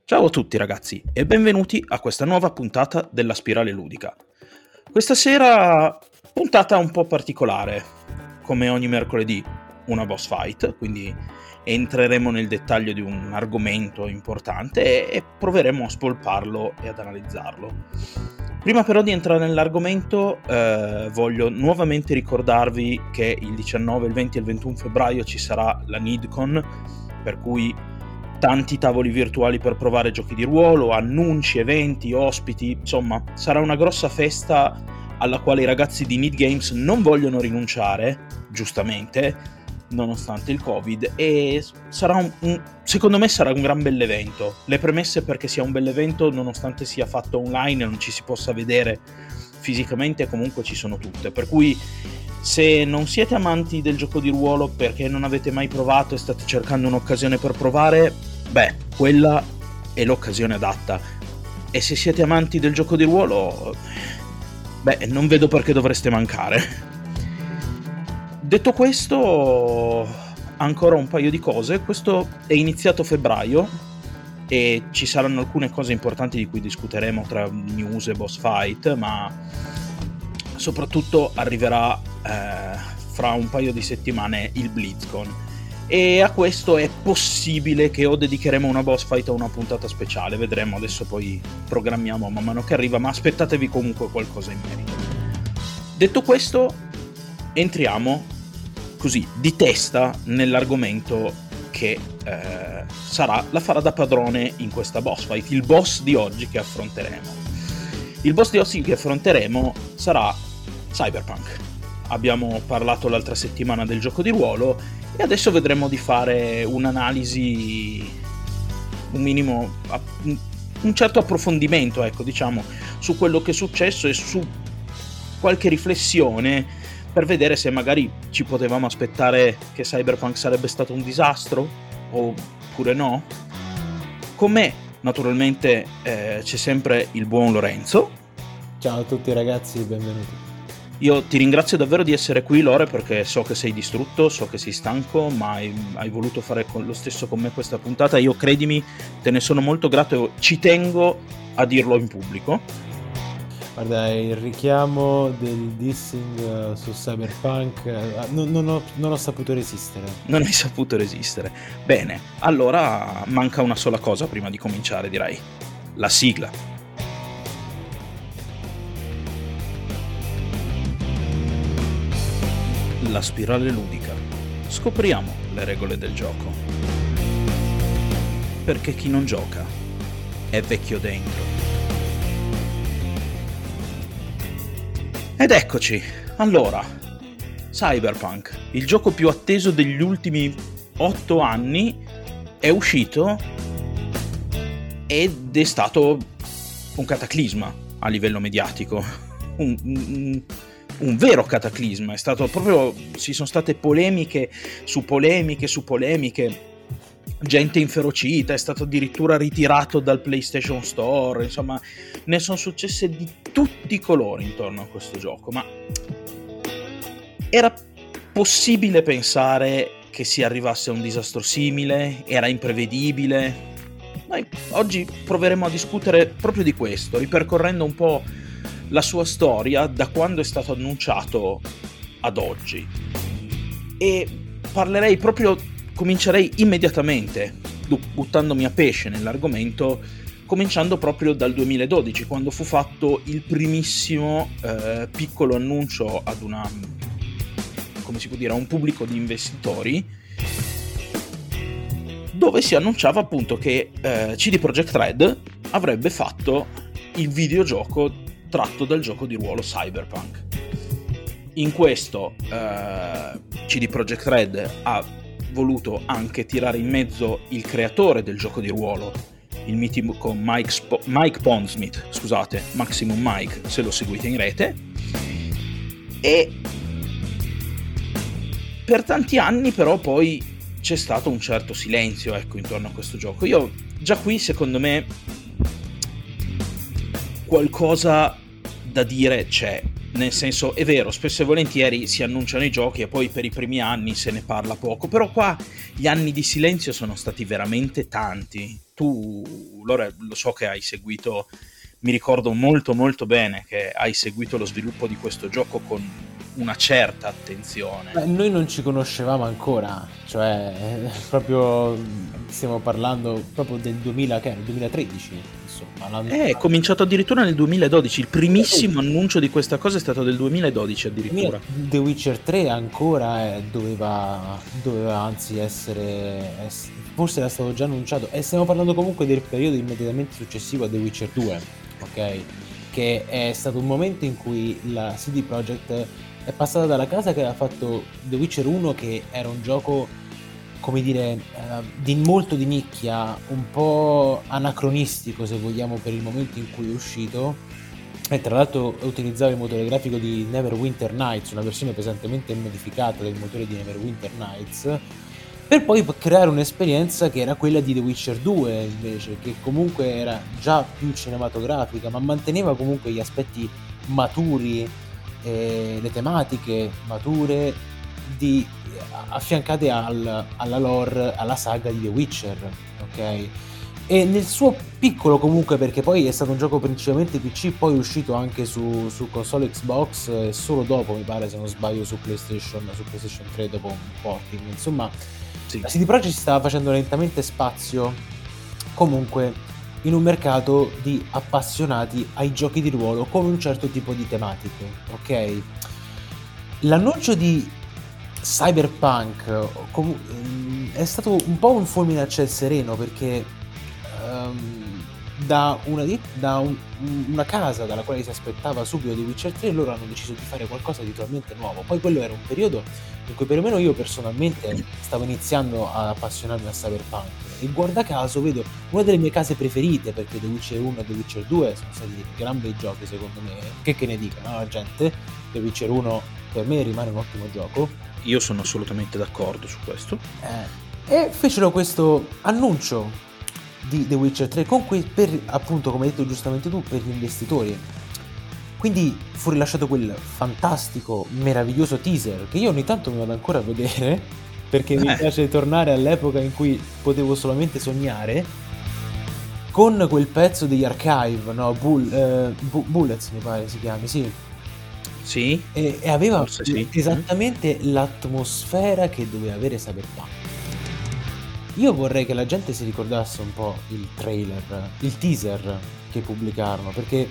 Ciao a tutti ragazzi e benvenuti a questa nuova puntata della Spirale Ludica. Questa sera puntata un po' particolare, come ogni mercoledì una boss fight, quindi entreremo nel dettaglio di un argomento importante e proveremo a spolparlo e ad analizzarlo. Prima però di entrare nell'argomento voglio nuovamente ricordarvi che il 19, il 20 e il 21 febbraio ci sarà la NeedCon, per cui tanti tavoli virtuali per provare giochi di ruolo, annunci, eventi, ospiti, insomma sarà una grossa festa alla quale i ragazzi di Need Games non vogliono rinunciare, giustamente, nonostante il Covid, e sarà secondo me sarà un gran bell'evento. Le premesse perché sia un bell'evento, nonostante sia fatto online e non ci si possa vedere fisicamente, comunque ci sono tutte, per cui se non siete amanti del gioco di ruolo perché non avete mai provato e state cercando un'occasione per provare, quella è l'occasione adatta. E se siete amanti del gioco di ruolo, non vedo perché dovreste mancare. Detto questo, ancora un paio di cose. Questo è iniziato febbraio e ci saranno alcune cose importanti di cui discuteremo tra news e boss fight, ma soprattutto arriverà fra un paio di settimane il BlizzCon, e a questo è possibile che o dedicheremo una boss fight o una puntata speciale, vedremo, adesso poi programmiamo man mano che arriva, ma aspettatevi comunque qualcosa in merito. Detto questo, entriamo così di testa nell'argomento che farà da padrone in questa boss fight, il boss di oggi che affronteremo. Il boss di oggi che affronteremo sarà Cyberpunk. Abbiamo parlato l'altra settimana del gioco di ruolo e adesso vedremo di fare un'analisi, un certo approfondimento, ecco, diciamo, su quello che è successo e su qualche riflessione per vedere se magari ci potevamo aspettare che Cyberpunk sarebbe stato un disastro oppure no. Con me naturalmente c'è sempre il buon Lorenzo. Ciao a tutti ragazzi, benvenuti. Io ti ringrazio davvero di essere qui, Lore, perché so che sei distrutto, so che sei stanco, ma hai voluto fare lo stesso con me questa puntata. Io, credimi, te ne sono molto grato e ci tengo a dirlo in pubblico. Guarda, il richiamo del dissing su Cyberpunk non ho saputo resistere. Non hai saputo resistere. Bene, allora manca una sola cosa prima di cominciare, direi. La sigla. La Spirale Ludica. Scopriamo le regole del gioco. Perché chi non gioca è vecchio dentro. Ed eccoci. Allora, Cyberpunk, il gioco più atteso degli ultimi 8 anni, è uscito ed è stato un cataclisma a livello mediatico. Un vero cataclisma, è stato proprio, ci sono state polemiche su polemiche su polemiche, gente inferocita, è stato addirittura ritirato dal PlayStation Store, insomma ne sono successe di tutti i colori intorno a questo gioco, ma era possibile pensare che si arrivasse a un disastro simile? Era imprevedibile? Noi oggi proveremo a discutere proprio di questo, ripercorrendo un po' la sua storia da quando è stato annunciato ad oggi, e comincerei immediatamente buttandomi a pesce nell'argomento, cominciando proprio dal 2012, quando fu fatto il primissimo piccolo annuncio ad a un pubblico di investitori, dove si annunciava appunto che CD Projekt Red avrebbe fatto il videogioco tratto dal gioco di ruolo Cyberpunk. In questo CD Projekt Red ha voluto anche tirare in mezzo il creatore del gioco di ruolo, il mitico Mike Pondsmith, scusate, Maximum Mike, se lo seguite in rete, e per tanti anni però poi c'è stato un certo silenzio, ecco, intorno a questo gioco. Io già qui, secondo me, qualcosa da dire c'è, Nel senso, è vero, spesso e volentieri si annunciano i giochi e poi per i primi anni se ne parla poco, però qua gli anni di silenzio sono stati veramente tanti. Tu, Lore, lo so che hai seguito, mi ricordo molto molto bene che hai seguito lo sviluppo di questo gioco con una certa attenzione. Noi non ci conoscevamo ancora, cioè proprio stiamo parlando proprio del 2000, che era il 2013, insomma. È cominciato addirittura nel 2012, il primissimo annuncio di questa cosa è stato del 2012 addirittura. The Witcher 3 ancora doveva anzi essere, forse era stato già annunciato, e stiamo parlando comunque del periodo immediatamente successivo a The Witcher 2, ok? Che è stato un momento in cui la CD Projekt è passata dalla casa che aveva fatto The Witcher 1, che era un gioco, come dire, molto di nicchia, un po' anacronistico se vogliamo per il momento in cui è uscito, e tra l'altro utilizzava il motore grafico di Neverwinter Nights, una versione pesantemente modificata del motore di Neverwinter Nights, per poi creare un'esperienza che era quella di The Witcher 2 invece, che comunque era già più cinematografica, ma manteneva comunque gli aspetti maturi, le tematiche mature affiancate alla lore, alla saga di The Witcher, ok? E nel suo piccolo comunque, perché poi è stato un gioco principalmente PC, poi è uscito anche su console Xbox, e solo dopo, mi pare, se non sbaglio, su PlayStation 3 dopo un porting, insomma. Sì. La CD Projekt si stava facendo lentamente spazio comunque in un mercato di appassionati ai giochi di ruolo con un certo tipo di tematiche, ok? L'annuncio di Cyberpunk è stato un po' un fulmine a ciel sereno, perché da una casa dalla quale si aspettava subito The Witcher 3, loro hanno deciso di fare qualcosa di totalmente nuovo. Poi quello era un periodo in cui perlomeno io personalmente stavo iniziando a appassionarmi a Cyberpunk, e guarda caso vedo una delle mie case preferite, perché The Witcher 1 e The Witcher 2 sono stati gran bei giochi secondo me, che ne dica, no, la gente? The Witcher 1 per me rimane un ottimo gioco. Io sono assolutamente d'accordo su questo. E fecero questo annuncio di The Witcher 3 per, appunto, come hai detto giustamente tu, per gli investitori. Quindi fu rilasciato quel fantastico, meraviglioso teaser che io ogni tanto mi vado ancora a vedere, perché mi piace tornare all'epoca in cui potevo solamente sognare, con quel pezzo degli Archive, no? Bullets mi pare si chiami, sì. Sì. E aveva esattamente l'atmosfera che doveva avere Cyberpunk. Io vorrei che la gente si ricordasse un po' il trailer, il teaser che pubblicarono, perché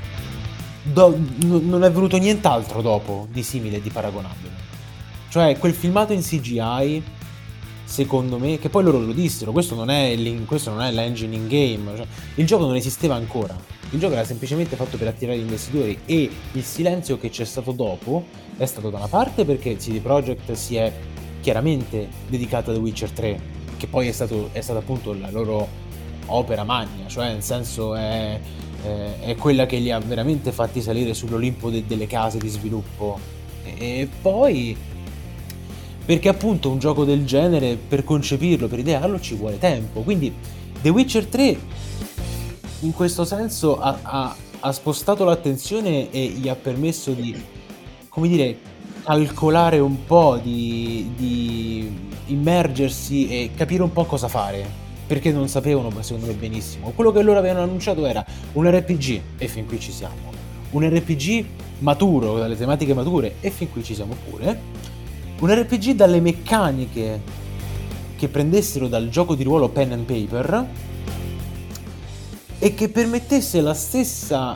non è venuto nient'altro dopo di simile e di paragonabile. Cioè quel filmato in CGI, secondo me, che poi loro lo dissero, questo non è l'engine in game, cioè, il gioco non esisteva ancora, il gioco era semplicemente fatto per attirare gli investitori, e il silenzio che c'è stato dopo è stato da una parte perché CD Projekt si è chiaramente dedicata a The Witcher 3, che poi è stato appunto la loro opera magna, cioè nel senso è quella che li ha veramente fatti salire sull'Olimpo delle case di sviluppo, e poi perché appunto un gioco del genere, per concepirlo, per idearlo, ci vuole tempo. Quindi The Witcher 3 in questo senso ha spostato l'attenzione e gli ha permesso di, come dire, calcolare un po', di immergersi e capire un po' cosa fare, perché non sapevano, secondo me, benissimo. Quello che loro avevano annunciato era un RPG, e fin qui ci siamo. Un RPG maturo, dalle tematiche mature, e fin qui ci siamo pure. Un RPG dalle meccaniche che prendessero dal gioco di ruolo pen and paper, e che permettesse la stessa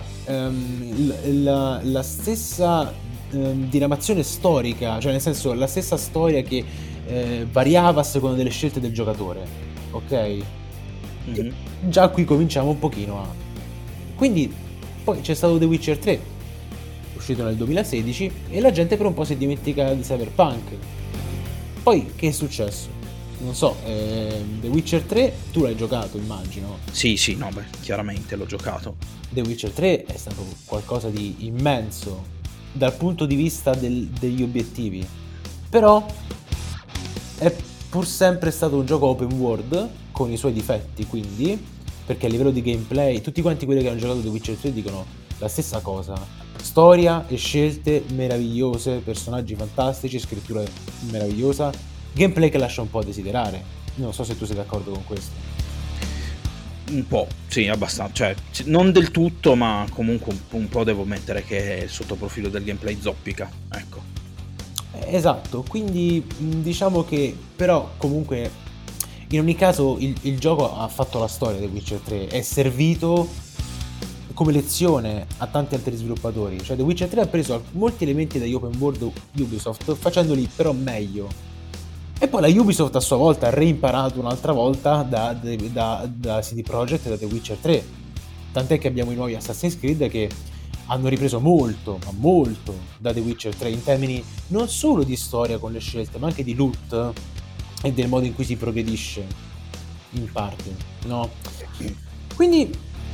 diramazione storica, cioè nel senso la stessa storia che variava a seconda delle scelte del giocatore, ok? Mm-hmm. Già qui cominciamo un pochino a... Quindi poi c'è stato The Witcher 3, uscito nel 2016, e la gente per un po' si è dimenticata di Cyberpunk. Poi che è successo? Non so, The Witcher 3 tu l'hai giocato, immagino. Sì, no, beh, chiaramente l'ho giocato. The Witcher 3 è stato qualcosa di immenso dal punto di vista degli obiettivi, però è pur sempre stato un gioco open world con i suoi difetti, quindi, perché a livello di gameplay tutti quanti quelli che hanno giocato The Witcher 3 dicono la stessa cosa, Storia e scelte meravigliose, personaggi fantastici, scrittura meravigliosa, gameplay che lascia un po' a desiderare. Non so se tu sei d'accordo con questo. Un po', sì, abbastanza, cioè non del tutto, ma comunque un po' devo mettere che il sottoprofilo del gameplay zoppica, ecco. Esatto, quindi diciamo che però comunque in ogni caso il gioco ha fatto la storia di Witcher 3, è servito come lezione a tanti altri sviluppatori. Cioè The Witcher 3 ha preso molti elementi dagli open world Ubisoft facendoli però meglio, e poi la Ubisoft a sua volta ha reimparato un'altra volta da CD Projekt e da The Witcher 3, tant'è che abbiamo i nuovi Assassin's Creed che hanno ripreso molto, ma molto da The Witcher 3 in termini non solo di storia con le scelte, ma anche di loot e del modo in cui si progredisce in parte, no? Quindi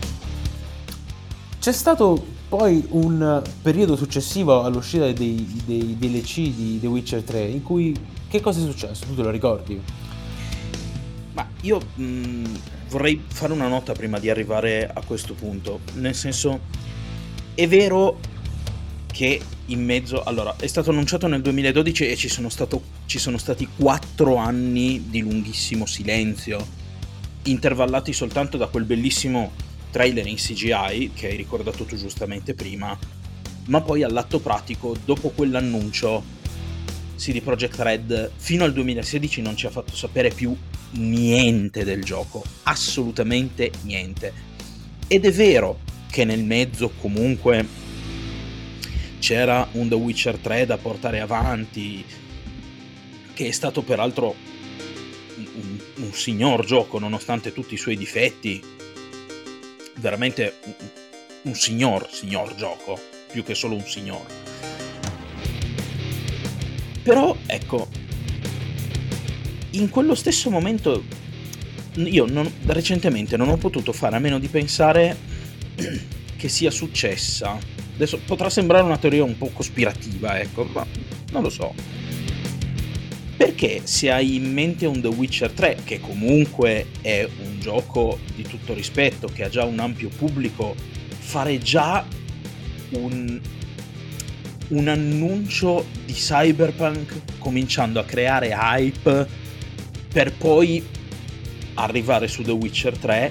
c'è stato poi un periodo successivo all'uscita dei DLC di The Witcher 3 in cui che cosa è successo? Tu te lo ricordi? Ma io vorrei fare una nota prima di arrivare a questo punto, nel senso, è vero che in mezzo, allora, è stato annunciato nel 2012 e ci sono stati 4 anni di lunghissimo silenzio, intervallati soltanto da quel bellissimo trailer in CGI che hai ricordato tu giustamente prima, ma poi all'atto pratico, dopo quell'annuncio, CD Projekt Red fino al 2016 non ci ha fatto sapere più niente del gioco, assolutamente niente. Ed è vero che nel mezzo comunque c'era un The Witcher 3 da portare avanti, che è stato peraltro un signor gioco nonostante tutti i suoi difetti, veramente un signor gioco, più che solo un signor. Però ecco, in quello stesso momento io recentemente non ho potuto fare a meno di pensare che sia successa. Adesso potrà sembrare una teoria un po' cospirativa, ecco, ma non lo so. Perché se hai in mente un The Witcher 3, che comunque è un gioco di tutto rispetto, che ha già un ampio pubblico, fare già un annuncio di Cyberpunk cominciando a creare hype per poi arrivare su The Witcher 3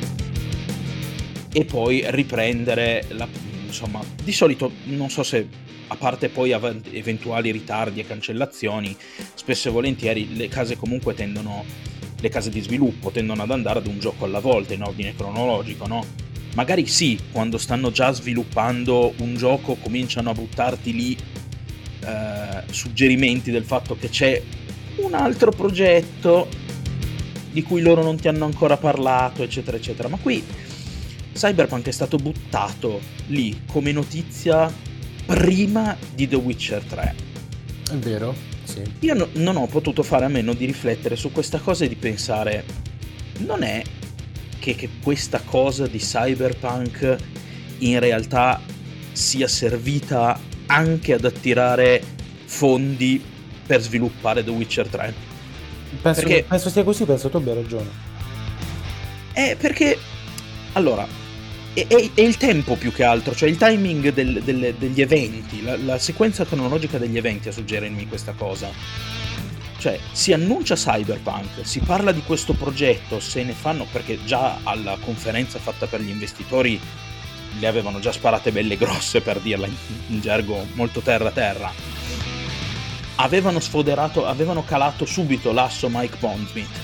e poi riprendere insomma, di solito non so se, a parte poi eventuali ritardi e cancellazioni, spesso e volentieri le case di sviluppo tendono ad andare ad un gioco alla volta in ordine cronologico, no? Magari sì, quando stanno già sviluppando un gioco cominciano a buttarti lì suggerimenti del fatto che c'è un altro progetto di cui loro non ti hanno ancora parlato, eccetera eccetera, ma qui Cyberpunk è stato buttato lì come notizia prima di The Witcher 3. È vero, sì. Io non ho potuto fare a meno di riflettere su questa cosa e di pensare, non è che questa cosa di Cyberpunk in realtà sia servita anche ad attirare fondi per sviluppare The Witcher 3? Penso sia così, penso tu abbia ragione. Perché allora è il tempo più che altro, cioè il timing degli eventi, la sequenza cronologica degli eventi a suggerirmi questa cosa. Cioè si annuncia Cyberpunk, si parla di questo progetto, se ne fanno, perché già alla conferenza fatta per gli investitori le avevano già sparate belle grosse, per dirla in gergo molto terra. Avevano calato subito l'asso Mike Pondsmith.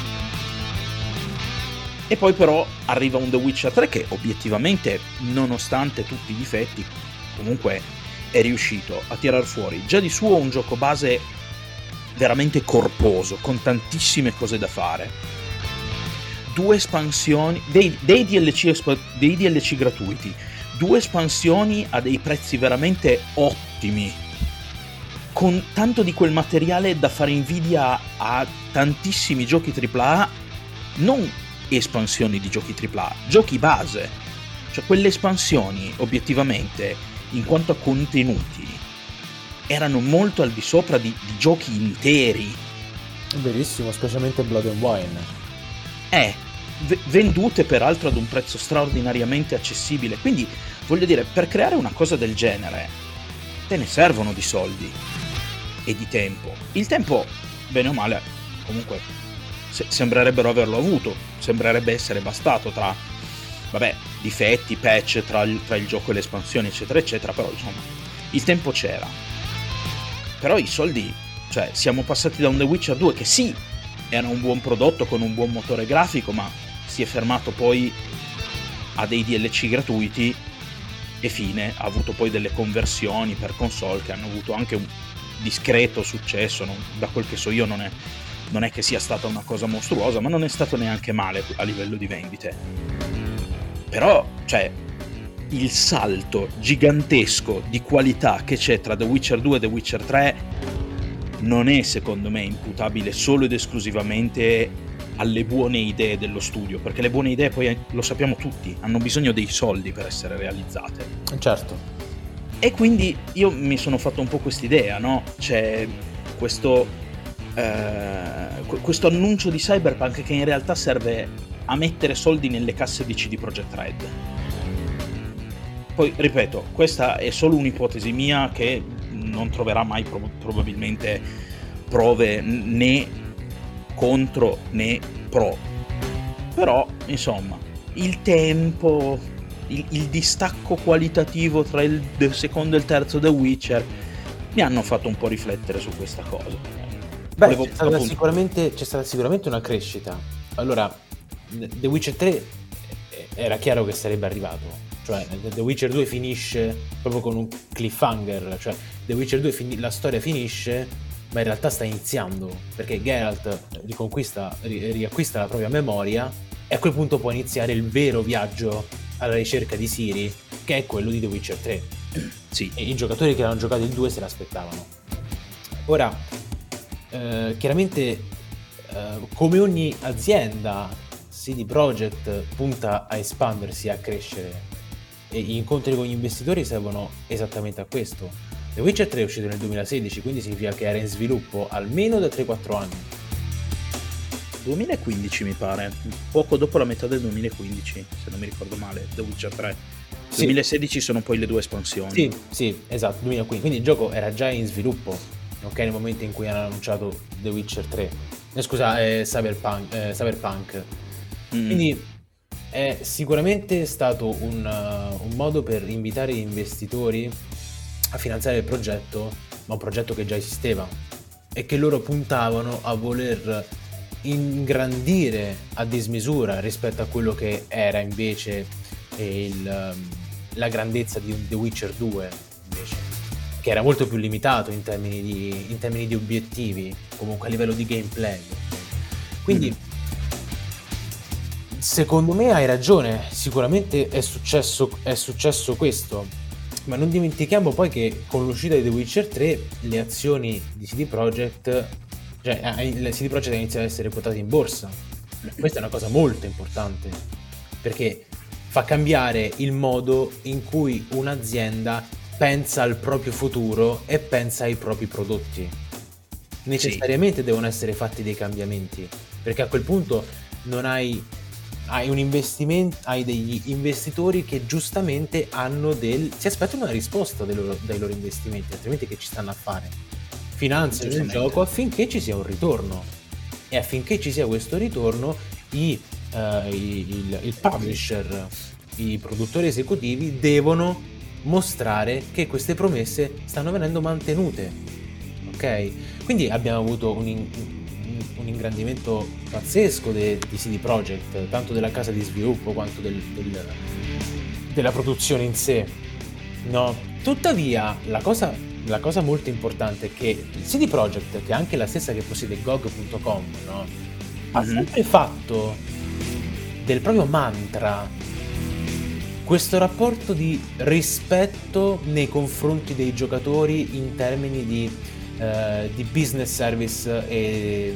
E poi però arriva un The Witcher 3 che obiettivamente, nonostante tutti i difetti, comunque è riuscito a tirar fuori già di suo un gioco base veramente corposo, con tantissime cose da fare. 2 espansioni, dei DLC gratuiti, 2 espansioni a dei prezzi veramente ottimi, con tanto di quel materiale da fare invidia a tantissimi giochi AAA, non espansioni di giochi AAA, giochi base. Cioè quelle espansioni obiettivamente, in quanto a contenuti, erano molto al di sopra di giochi interi. Verissimo, specialmente Blood and Wine. vendute peraltro ad un prezzo straordinariamente accessibile. Quindi voglio dire, per creare una cosa del genere te ne servono di soldi e di tempo. Il tempo, bene o male, comunque sembrerebbero averlo avuto, sembrerebbe essere bastato tra, vabbè, difetti, patch, tra il gioco e le espansioni, eccetera, eccetera, però insomma, il tempo c'era. Però i soldi, cioè, siamo passati da un The Witcher 2 che sì, era un buon prodotto con un buon motore grafico, ma si è fermato poi a dei DLC gratuiti e fine. Ha avuto poi delle conversioni per console che hanno avuto anche un discreto successo, da quel che so io non è che sia stata una cosa mostruosa, ma non è stato neanche male a livello di vendite. Però, cioè, il salto gigantesco di qualità che c'è tra The Witcher 2 e The Witcher 3 non è, secondo me, imputabile solo ed esclusivamente alle buone idee dello studio, perché le buone idee, poi lo sappiamo tutti, hanno bisogno dei soldi per essere realizzate. Certo. E quindi io mi sono fatto un po' quest'idea, no? C'è questo annuncio di Cyberpunk che in realtà serve a mettere soldi nelle casse di CD Projekt Red. Poi, ripeto, questa è solo un'ipotesi mia che non troverà mai probabilmente prove né contro né pro. Però, insomma, il tempo, il distacco qualitativo tra il secondo e il terzo The Witcher mi hanno fatto un po' riflettere su questa cosa. Beh, c'è stata sicuramente una crescita. Allora, The Witcher 3 era chiaro che sarebbe arrivato. Cioè, The Witcher 2 finisce proprio con un cliffhanger. Cioè, The Witcher 2 la storia finisce, ma in realtà sta iniziando, perché Geralt riacquista la propria memoria e a quel punto può iniziare il vero viaggio alla ricerca di Ciri, che è quello di The Witcher 3. Sì. E i giocatori che hanno giocato il 2 se l'aspettavano. Ora, chiaramente, come ogni azienda, CD Projekt punta a espandersi, a crescere, e gli incontri con gli investitori servono esattamente a questo. The Witcher 3 è uscito nel 2016, quindi significa che era in sviluppo almeno da 3-4 anni. 2015 mi pare, poco dopo la metà del 2015, se non mi ricordo male, The Witcher 3. Sì. 2016 sono poi le 2 espansioni. Sì, esatto, 2015. Quindi il gioco era già in sviluppo, ok, nel momento in cui hanno annunciato The Witcher 3. Cyberpunk. Quindi è sicuramente stato un modo per invitare gli investitori a finanziare il progetto, ma un progetto che già esisteva e che loro puntavano a voler ingrandire a dismisura rispetto a quello che era invece la grandezza di The Witcher 2, invece, che era molto più limitato in termini di obiettivi, comunque a livello di gameplay. Quindi secondo me hai ragione, sicuramente è successo questo, ma non dimentichiamo poi che con l'uscita di The Witcher 3 le azioni di CD Projekt, cioè CD Projekt iniziano ad essere quotate in borsa. Questa è una cosa molto importante, perché fa cambiare il modo in cui un'azienda pensa al proprio futuro e pensa ai propri prodotti. Necessariamente devono essere fatti dei cambiamenti, perché a quel punto non hai un investimento, hai degli investitori che giustamente si aspettano una risposta dai loro investimenti, altrimenti che ci stanno a fare? Finanziano il gioco affinché ci sia un ritorno, e affinché ci sia questo ritorno il publisher, i produttori esecutivi devono mostrare che queste promesse stanno venendo mantenute, ok? Quindi abbiamo avuto un ingrandimento pazzesco di CD Projekt, tanto della casa di sviluppo quanto della produzione in sé, no? Tuttavia la cosa molto importante è che CD Projekt, che è anche la stessa che possiede GOG.com, no? Ha sempre fatto del proprio mantra questo rapporto di rispetto nei confronti dei giocatori in termini di business service e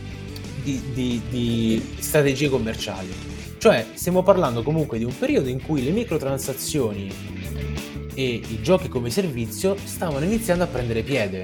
di strategie commerciali. Cioè stiamo parlando comunque di un periodo in cui le microtransazioni e i giochi come servizio stavano iniziando a prendere piede,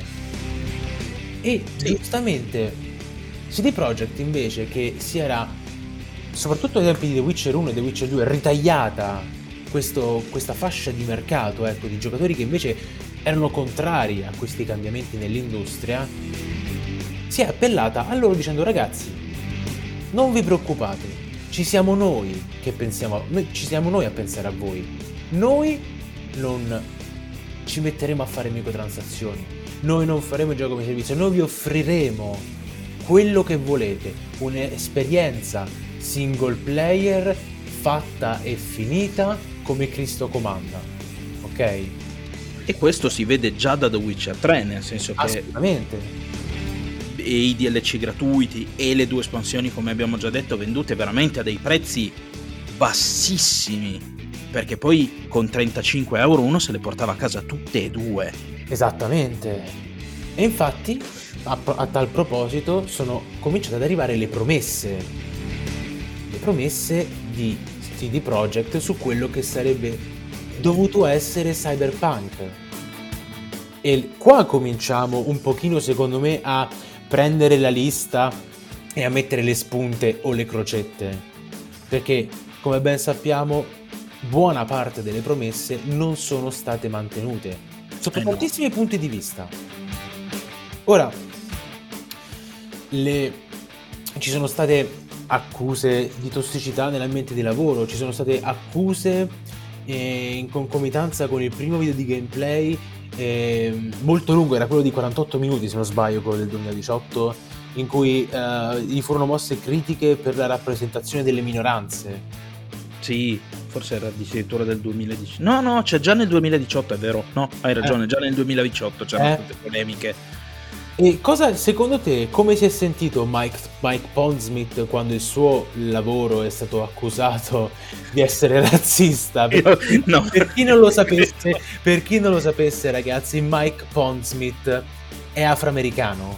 e giustamente CD Projekt invece, che si era soprattutto ai tempi di The Witcher 1 e The Witcher 2, ritagliata questa fascia di mercato, ecco, di giocatori che invece erano contrari a questi cambiamenti nell'industria, si è appellata a loro dicendo: ragazzi, non vi preoccupate, ci siamo noi che pensiamo, ci siamo noi a pensare a voi, noi non ci metteremo a fare microtransazioni, noi non faremo il gioco come servizio, noi vi offriremo quello che volete, un'esperienza single player fatta e finita come Cristo comanda, ok? E questo si vede già da The Witcher 3, nel senso che assolutamente, e i DLC gratuiti e le 2 espansioni, come abbiamo già detto, vendute veramente a dei prezzi bassissimi, perché poi con 35 euro uno se le portava a casa tutte e 2. Esattamente. E infatti a tal proposito sono cominciate ad arrivare le promesse di CD Projekt su quello che sarebbe dovuto essere Cyberpunk. E qua cominciamo un pochino, secondo me, a prendere la lista e a mettere le spunte o le crocette, perché come ben sappiamo buona parte delle promesse non sono state mantenute sotto tantissimi punti di vista. Ora, ci sono state accuse di tossicità nell'ambiente di lavoro, ci sono state accuse in concomitanza con il primo video di gameplay molto lungo, era quello di 48 minuti se non sbaglio, quello del 2018, in cui gli furono mosse critiche per la rappresentazione delle minoranze. Sì, forse era addirittura del 2010. No, c'è già nel 2018, è vero. No, hai ragione, già nel 2018 c'erano tutte polemiche. E cosa, secondo te, come si è sentito Mike Pondsmith quando il suo lavoro è stato accusato di essere razzista? Per chi non lo sapesse, ragazzi, Mike Pondsmith è afroamericano.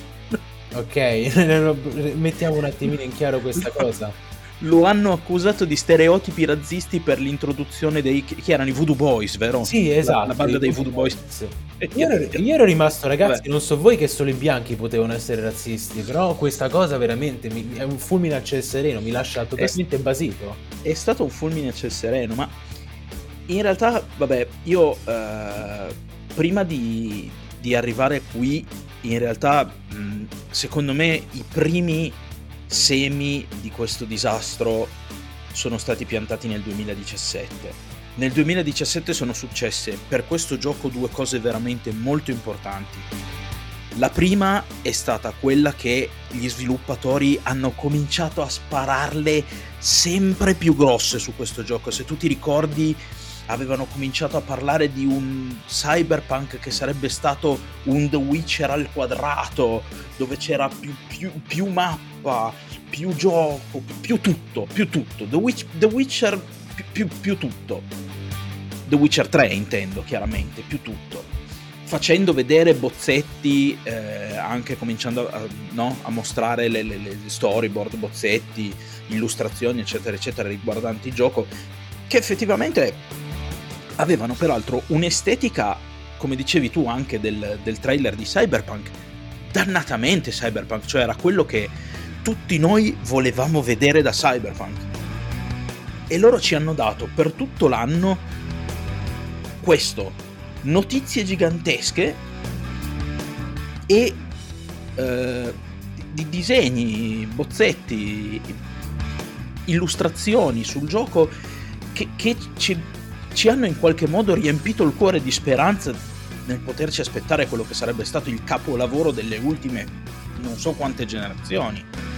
Ok, mettiamo un attimino in chiaro questa cosa. Lo hanno accusato di stereotipi razzisti per l'introduzione dei... che erano i Voodoo Boys, vero? Sì, esatto. La banda dei Voodoo Boys. Io ero rimasto, ragazzi, non so voi che solo i bianchi potevano essere razzisti, però questa cosa veramente è un fulmine a ciel sereno, mi lascia totalmente basito. È stato un fulmine a ciel sereno, ma in realtà, vabbè, io prima di arrivare qui, in realtà, secondo me, i primi semi di questo disastro sono stati piantati nel 2017. Nel 2017 sono successe per questo gioco 2 cose veramente molto importanti. La prima è stata quella che gli sviluppatori hanno cominciato a spararle sempre più grosse su questo gioco. Se tu ti ricordi, avevano cominciato a parlare di un Cyberpunk che sarebbe stato un The Witcher al quadrato, dove c'era più mappa, più gioco, più tutto. The Witcher più tutto. The Witcher 3 intendo, chiaramente, più tutto. Facendo vedere bozzetti, anche cominciando a mostrare le storyboard, bozzetti, illustrazioni, eccetera, eccetera, riguardanti il gioco, che effettivamente avevano peraltro un'estetica, come dicevi tu anche del trailer di Cyberpunk, dannatamente Cyberpunk, cioè era quello che tutti noi volevamo vedere da Cyberpunk. E loro ci hanno dato per tutto l'anno questo, notizie gigantesche e di disegni, bozzetti, illustrazioni sul gioco che ci hanno in qualche modo riempito il cuore di speranza nel poterci aspettare quello che sarebbe stato il capolavoro delle ultime non so quante generazioni.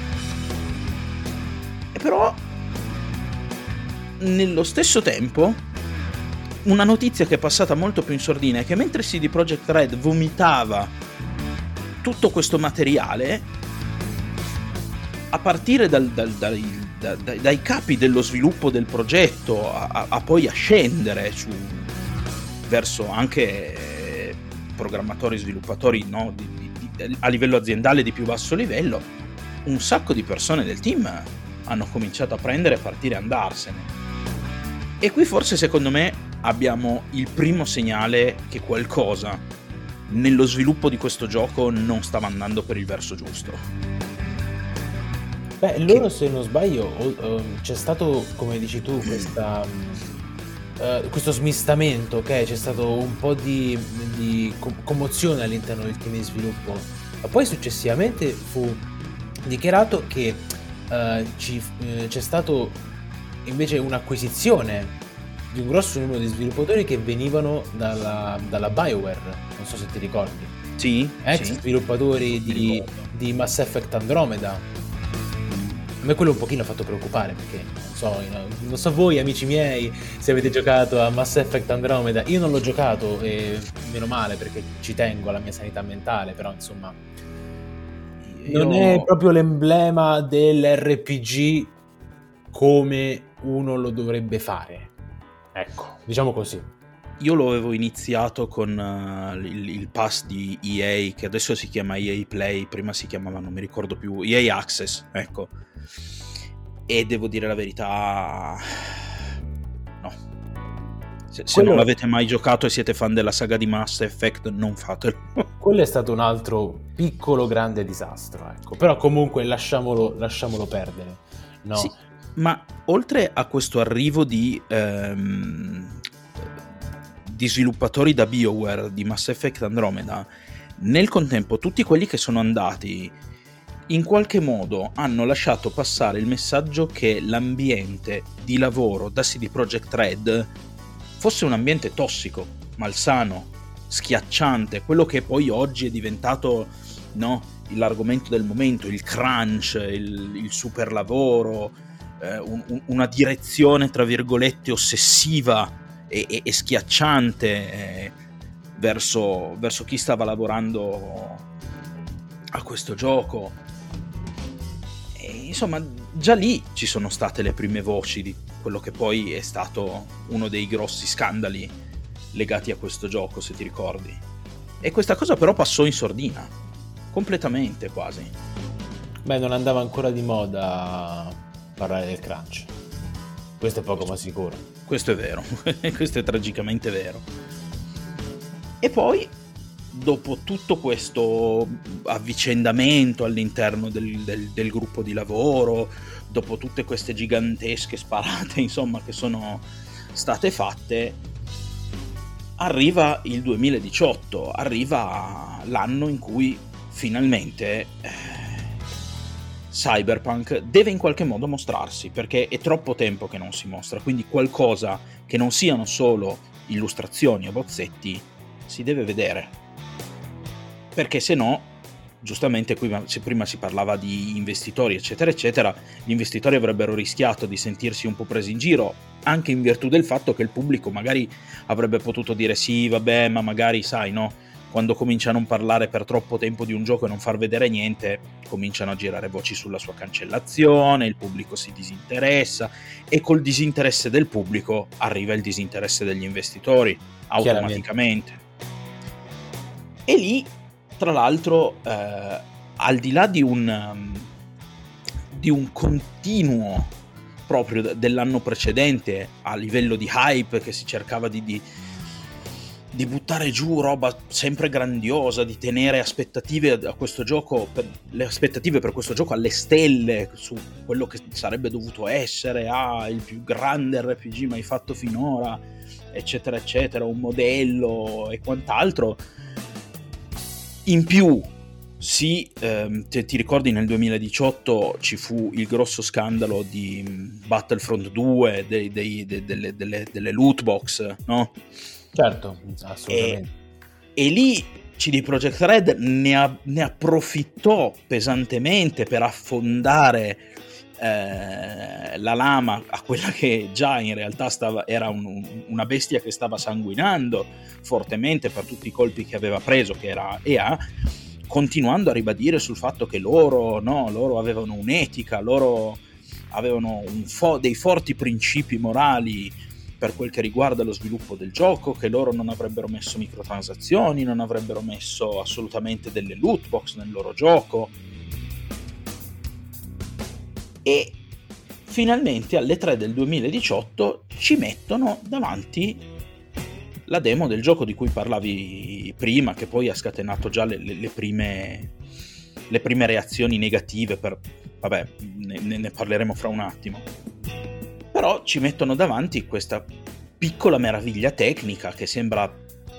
E però nello stesso tempo una notizia che è passata molto più in sordina è che mentre CD Projekt Red vomitava tutto questo materiale, a partire dai capi dello sviluppo del progetto a poi a scendere verso anche programmatori, sviluppatori, no, a livello aziendale di più basso livello, un sacco di persone del team hanno cominciato a prendere, partire e andarsene. E qui forse, secondo me, abbiamo il primo segnale che qualcosa nello sviluppo di questo gioco non stava andando per il verso giusto. Beh, loro se non sbaglio c'è stato, come dici tu, questo smistamento, ok? C'è stato un po' di commozione all'interno del team di sviluppo, ma poi successivamente fu dichiarato che c'è stato invece un'acquisizione di un grosso numero di sviluppatori che venivano dalla BioWare, non so se ti ricordi, Sì, ex sì. sviluppatori Mi ricordo. di Mass Effect Andromeda. A me quello un pochino ha fatto preoccupare, perché non so voi amici miei se avete giocato a Mass Effect Andromeda. Io non l'ho giocato, e meno male, perché ci tengo alla mia sanità mentale, però insomma non è proprio l'emblema dell'RPG come uno lo dovrebbe fare, ecco, diciamo così. Io lo avevo iniziato con il pass di EA, che adesso si chiama EA Play, prima si chiamava, non mi ricordo più, EA Access, ecco. E devo dire la verità, no. Se non l'avete mai giocato e siete fan della saga di Mass Effect, non fatelo. Quello è stato un altro piccolo grande disastro, ecco. Però comunque lasciamolo perdere, no? Sì, ma oltre a questo arrivo di sviluppatori da BioWare di Mass Effect Andromeda, nel contempo tutti quelli che sono andati in qualche modo hanno lasciato passare il messaggio che l'ambiente di lavoro da CD Projekt Red fosse un ambiente tossico, malsano, schiacciante, quello che poi oggi è diventato, no, l'argomento del momento, il crunch, il super lavoro, una direzione tra virgolette ossessiva e schiacciante verso chi stava lavorando a questo gioco. E, insomma, già lì ci sono state le prime voci di quello che poi è stato uno dei grossi scandali legati a questo gioco, se ti ricordi. E questa cosa però passò in sordina, completamente quasi. Beh, non andava ancora di moda parlare del crunch. Questo è poco ma sicuro. Questo è vero, questo è tragicamente vero. E poi, dopo tutto questo avvicendamento all'interno del gruppo di lavoro, dopo tutte queste gigantesche sparate, insomma, che sono state fatte, arriva il 2018, arriva l'anno in cui finalmente Cyberpunk deve in qualche modo mostrarsi, perché è troppo tempo che non si mostra, quindi qualcosa che non siano solo illustrazioni o bozzetti si deve vedere, perché se no, giustamente prima si parlava di investitori eccetera eccetera, gli investitori avrebbero rischiato di sentirsi un po' presi in giro, anche in virtù del fatto che il pubblico magari avrebbe potuto dire sì vabbè, ma magari sai, no, quando comincia a non parlare per troppo tempo di un gioco e non far vedere niente, cominciano a girare voci sulla sua cancellazione, il pubblico si disinteressa e col disinteresse del pubblico arriva il disinteresse degli investitori automaticamente. E lì, tra l'altro, al di là di un continuo proprio dell'anno precedente a livello di hype, che si cercava di buttare giù roba sempre grandiosa, di tenere aspettative a questo gioco, le aspettative per questo gioco alle stelle, su quello che sarebbe dovuto essere il più grande RPG mai fatto finora, eccetera eccetera, un modello e quant'altro. In più ti ricordi nel 2018 ci fu il grosso scandalo di Battlefront 2, delle loot box, no? Certo, assolutamente. E lì CD Projekt Red ne approfittò pesantemente per affondare la lama a quella che già in realtà era una bestia che stava sanguinando fortemente per tutti i colpi che aveva preso, che era EA, continuando a ribadire sul fatto che loro avevano un'etica, loro avevano dei forti principi morali per quel che riguarda lo sviluppo del gioco, che loro non avrebbero messo microtransazioni, non avrebbero messo assolutamente delle loot box nel loro gioco. E finalmente alle 3 del 2018 ci mettono davanti la demo del gioco di cui parlavi prima, che poi ha scatenato già le prime reazioni negative, per vabbè, ne parleremo fra un attimo. Però ci mettono davanti questa piccola meraviglia tecnica che sembra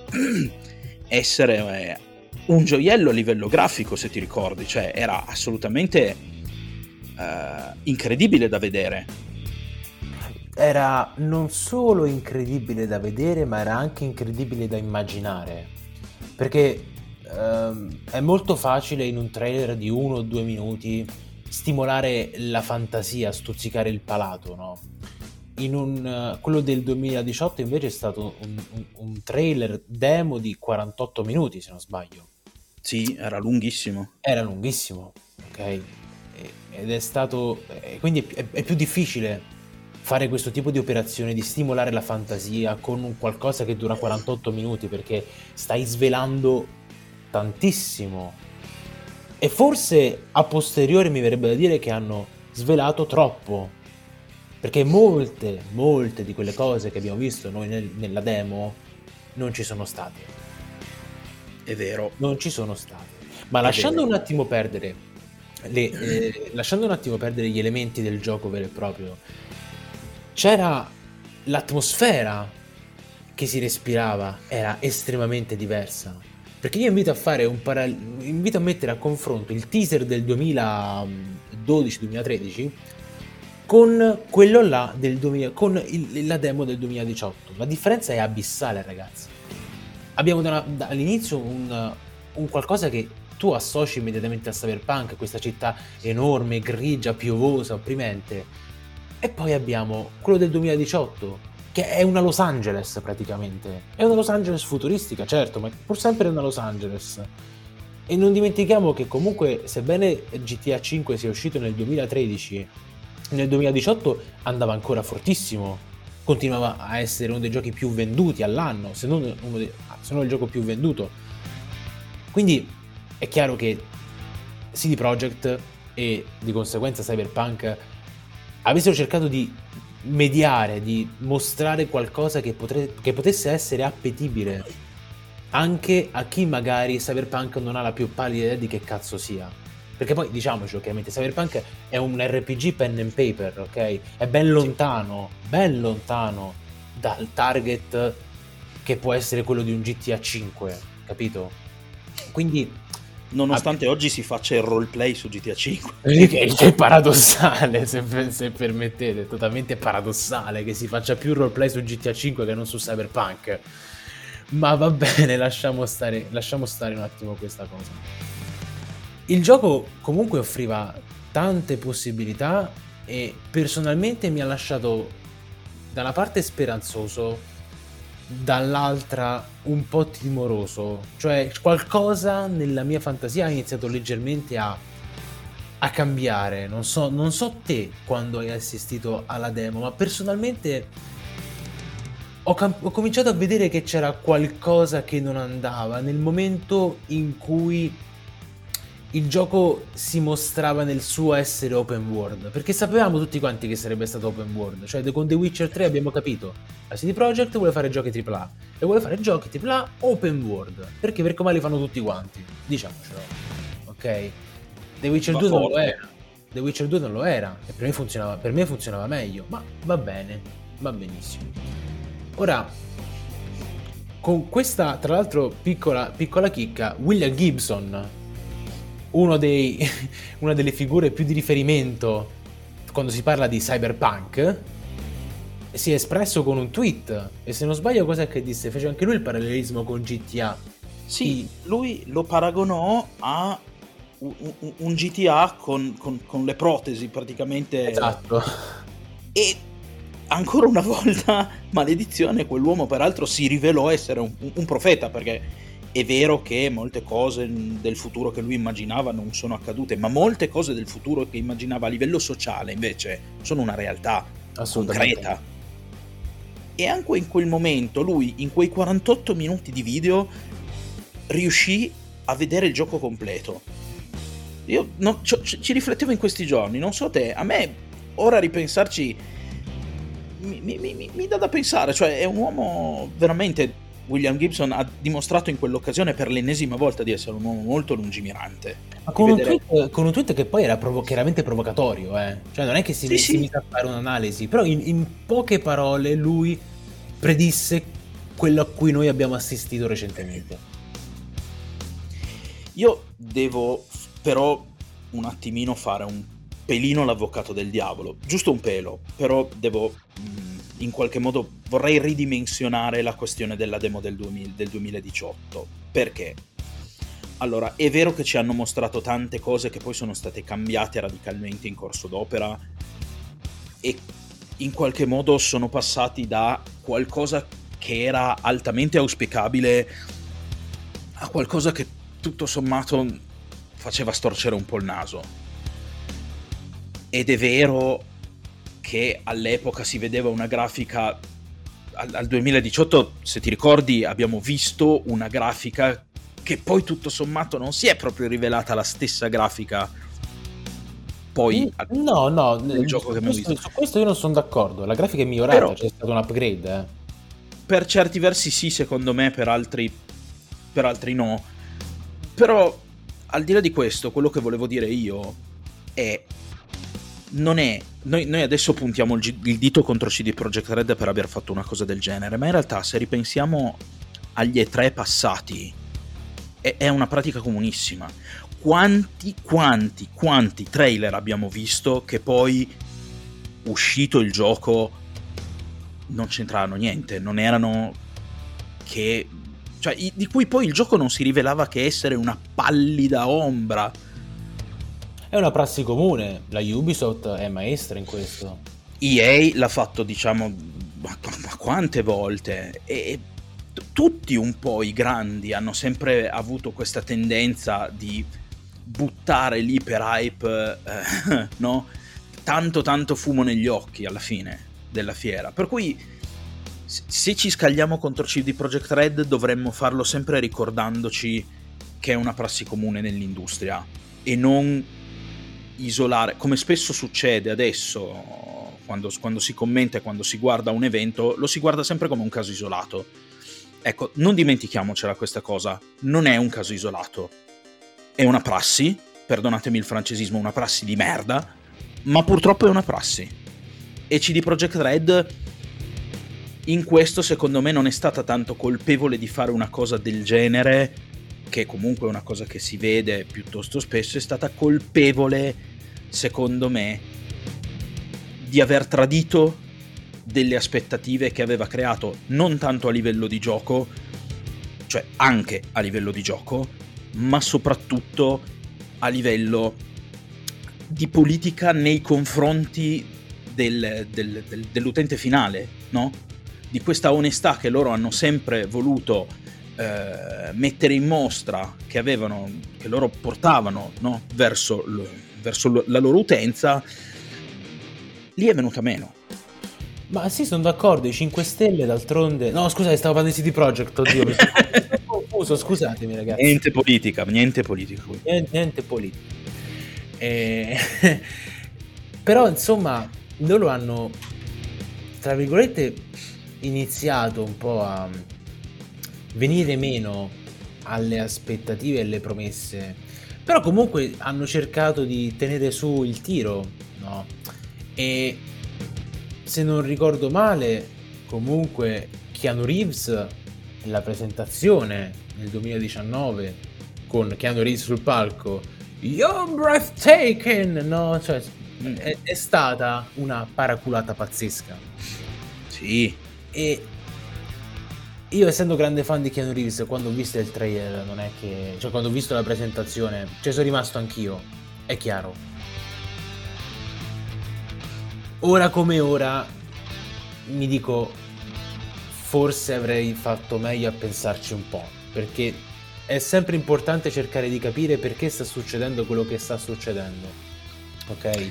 essere un gioiello a livello grafico, se ti ricordi, cioè era assolutamente incredibile da vedere. Era non solo incredibile da vedere, ma era anche incredibile da immaginare, perché è molto facile in un trailer di 1 o 2 minuti stimolare la fantasia, stuzzicare il palato, no? Quello del 2018 invece è stato un trailer demo di 48 minuti, se non sbaglio. Sì, era lunghissimo. Era lunghissimo, ok? Ed è stato... quindi è più difficile fare questo tipo di operazione di stimolare la fantasia con un qualcosa che dura 48 minuti, perché stai svelando tantissimo. E forse a posteriori mi verrebbe da dire che hanno svelato troppo, perché molte di quelle cose che abbiamo visto noi nella demo non ci sono state. È vero. Non ci sono state. Ma lasciando un attimo perdere gli elementi del gioco vero e proprio, c'era l'atmosfera che si respirava, era estremamente diversa. Perché io invito a mettere a confronto il teaser del 2012-2013 con quello là con la demo del 2018. La differenza è abissale, ragazzi. Abbiamo all'inizio un qualcosa che tu associ immediatamente a Cyberpunk, questa città enorme, grigia, piovosa, opprimente. E poi abbiamo quello del 2018, che è una Los Angeles praticamente. È una Los Angeles futuristica, certo, ma pur sempre una Los Angeles. E non dimentichiamo che comunque, sebbene GTA 5 sia uscito nel 2013, nel 2018 andava ancora fortissimo. Continuava a essere uno dei giochi più venduti all'anno, se non il gioco più venduto. Quindi è chiaro che CD Projekt e di conseguenza Cyberpunk avessero cercato di mediare, di mostrare qualcosa che potesse essere appetibile anche a chi magari Cyberpunk non ha la più pallida idea di che cazzo sia. Perché poi diciamoci, chiaramente Cyberpunk è un RPG pen and paper, ok? È ben lontano dal target che può essere quello di un GTA 5, capito? Quindi nonostante oggi si faccia il roleplay su GTA 5, che è paradossale, se permettete, è totalmente paradossale che si faccia più roleplay su GTA 5 che non su Cyberpunk. Ma va bene, lasciamo stare un attimo questa cosa. Il gioco comunque offriva tante possibilità e personalmente mi ha lasciato da una parte speranzoso, dall'altra un po' timoroso, cioè qualcosa nella mia fantasia ha iniziato leggermente a cambiare. Non so te quando hai assistito alla demo, ma personalmente ho cominciato a vedere che c'era qualcosa che non andava nel momento in cui il gioco si mostrava nel suo essere open world, perché sapevamo tutti quanti che sarebbe stato open world, cioè con The Witcher 3 abbiamo capito, la CD Projekt vuole fare giochi AAA e vuole fare giochi AAA open world, perché per come li fanno tutti quanti, diciamocelo, ok? The Witcher 2 non lo era, The Witcher 2 non lo era e per me funzionava meglio, ma va bene, va benissimo. Ora, con questa tra l'altro piccola chicca, William Gibson, una delle figure più di riferimento quando si parla di Cyberpunk, si è espresso con un tweet, e se non sbaglio cos'è che disse? Fece anche lui il parallelismo con GTA. Sì, lui lo paragonò a un GTA con le protesi praticamente. Esatto. E ancora una volta, maledizione, quell'uomo peraltro si rivelò essere un profeta, perché è vero che molte cose del futuro che lui immaginava non sono accadute, ma molte cose del futuro che immaginava a livello sociale invece sono una realtà concreta. E anche in quel momento lui, in quei 48 minuti di video, riuscì a vedere il gioco completo. Io ci riflettevo in questi giorni, non so te, a me ora ripensarci mi dà da pensare, cioè è un uomo veramente William Gibson ha dimostrato in quell'occasione per l'ennesima volta di essere un uomo molto lungimirante. Ma con un tweet che poi era chiaramente provocatorio, cioè non è che si mise a fare un'analisi, però in poche parole lui predisse quello a cui noi abbiamo assistito recentemente. Io devo però un attimino fare un pelino l'avvocato del diavolo, giusto un pelo, però devo in qualche modo vorrei ridimensionare la questione della demo del 2018. Perché? Allora, è vero che ci hanno mostrato tante cose che poi sono state cambiate radicalmente in corso d'opera e in qualche modo sono passati da qualcosa che era altamente auspicabile a qualcosa che tutto sommato faceva storcere un po' il naso. Ed è vero che all'epoca si vedeva una grafica, al 2018, se ti ricordi, abbiamo visto una grafica che poi tutto sommato non si è proprio rivelata la stessa grafica poi nel gioco che abbiamo visto. Su questo io non sono d'accordo, la grafica è migliorata, però c'è stato un upgrade. Per certi versi sì, secondo me, per altri no. Però al di là di questo, quello che volevo dire io è noi adesso puntiamo il dito contro CD Projekt Red per aver fatto una cosa del genere, ma in realtà se ripensiamo agli E3 passati è una pratica comunissima. Quanti trailer abbiamo visto che poi uscito il gioco non c'entravano niente, non erano che, cioè, di cui poi il gioco non si rivelava che essere una pallida ombra. È una prassi comune, la Ubisoft è maestra in questo. EA l'ha fatto, diciamo, ma quante volte, e tutti un po' i grandi hanno sempre avuto questa tendenza di buttare l'iper-hype, no? Tanto fumo negli occhi alla fine della fiera, per cui se ci scagliamo contro CD Projekt Red dovremmo farlo sempre ricordandoci che è una prassi comune nell'industria e non isolare, come spesso succede adesso quando si commenta e quando si guarda un evento, lo si guarda sempre come un caso isolato. Ecco, non dimentichiamocela questa cosa, non è un caso isolato, è una prassi, perdonatemi il francesismo, una prassi di merda, ma purtroppo è una prassi. E CD Projekt Red in questo secondo me non è stata tanto colpevole di fare una cosa del genere, che comunque è una cosa che si vede piuttosto spesso, è stata colpevole secondo me di aver tradito delle aspettative che aveva creato non tanto a livello di gioco, cioè anche a livello di gioco, ma soprattutto a livello di politica nei confronti dell'utente finale, no? Di questa onestà che loro hanno sempre voluto mettere in mostra, che loro portavano, no? verso la loro utenza, lì è venuta meno. Ma sì, sono d'accordo, i 5 Stelle d'altronde... No, scusate, stavo parlando di CD Projekt, oddio, mi sono confuso, scusatemi ragazzi. Niente politica. Niente politica. Però insomma, loro hanno, tra virgolette, iniziato un po' a venire meno alle aspettative e alle promesse, però comunque hanno cercato di tenere su il tiro, no? E se non ricordo male, comunque Keanu Reeves, la presentazione nel 2019 con Keanu Reeves sul palco, "You're breathtaking", no? Cioè è stata una paraculata pazzesca. Sì. E io, essendo grande fan di Keanu Reeves, quando ho visto il trailer, non è che, cioè quando ho visto la presentazione, cioè sono rimasto anch'io, è chiaro. Ora come ora mi dico, forse avrei fatto meglio a pensarci un po', perché è sempre importante cercare di capire perché sta succedendo quello che sta succedendo, ok?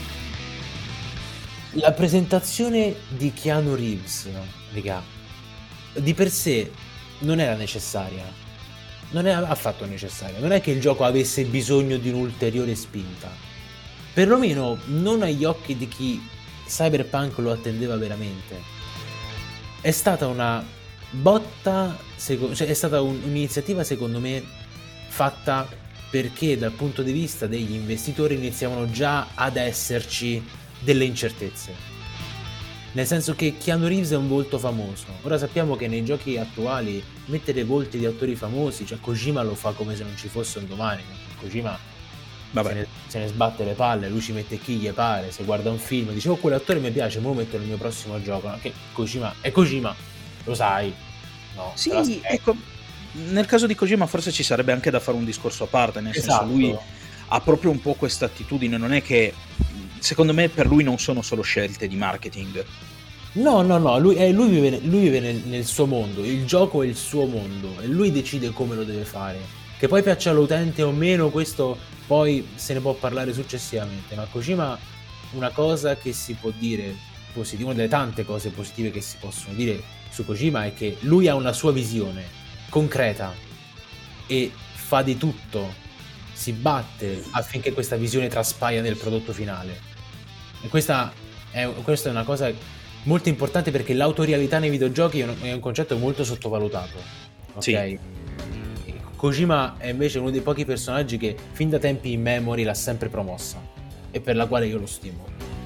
La presentazione di Keanu Reeves, raga, di per sé non era necessaria, non era affatto necessaria, non è che il gioco avesse bisogno di un'ulteriore spinta, perlomeno non agli occhi di chi Cyberpunk lo attendeva veramente. È stata una cioè è stata un'iniziativa secondo me fatta perché dal punto di vista degli investitori iniziavano già ad esserci delle incertezze. Nel senso che Keanu Reeves è un volto famoso. Ora sappiamo che nei giochi attuali mettere volti di attori famosi, cioè Kojima lo fa come se non ci fosse un domani. Kojima se ne sbatte le palle, lui ci mette chi gli pare, se guarda un film dice quell'attore mi piace, me lo metto nel mio prossimo gioco. No? Che Kojima è Kojima, lo sai. No, sì, ecco, nel caso di Kojima forse ci sarebbe anche da fare un discorso a parte, nel senso lui ha proprio un po' questa attitudine, non è che, secondo me per lui non sono solo scelte di marketing. No, lui vive nel suo mondo, il gioco è il suo mondo e lui decide come lo deve fare. Che poi piaccia all'utente o meno, questo poi se ne può parlare successivamente, ma Kojima, una cosa che si può dire positiva, una delle tante cose positive che si possono dire su Kojima è che lui ha una sua visione concreta e fa di tutto, si batte affinché questa visione traspaia nel prodotto finale. E questa è una cosa molto importante perché l'autorialità nei videogiochi è un concetto molto sottovalutato. Ok? Sì. Kojima è invece uno dei pochi personaggi che fin da tempi immemori l'ha sempre promossa e per la quale io lo stimo.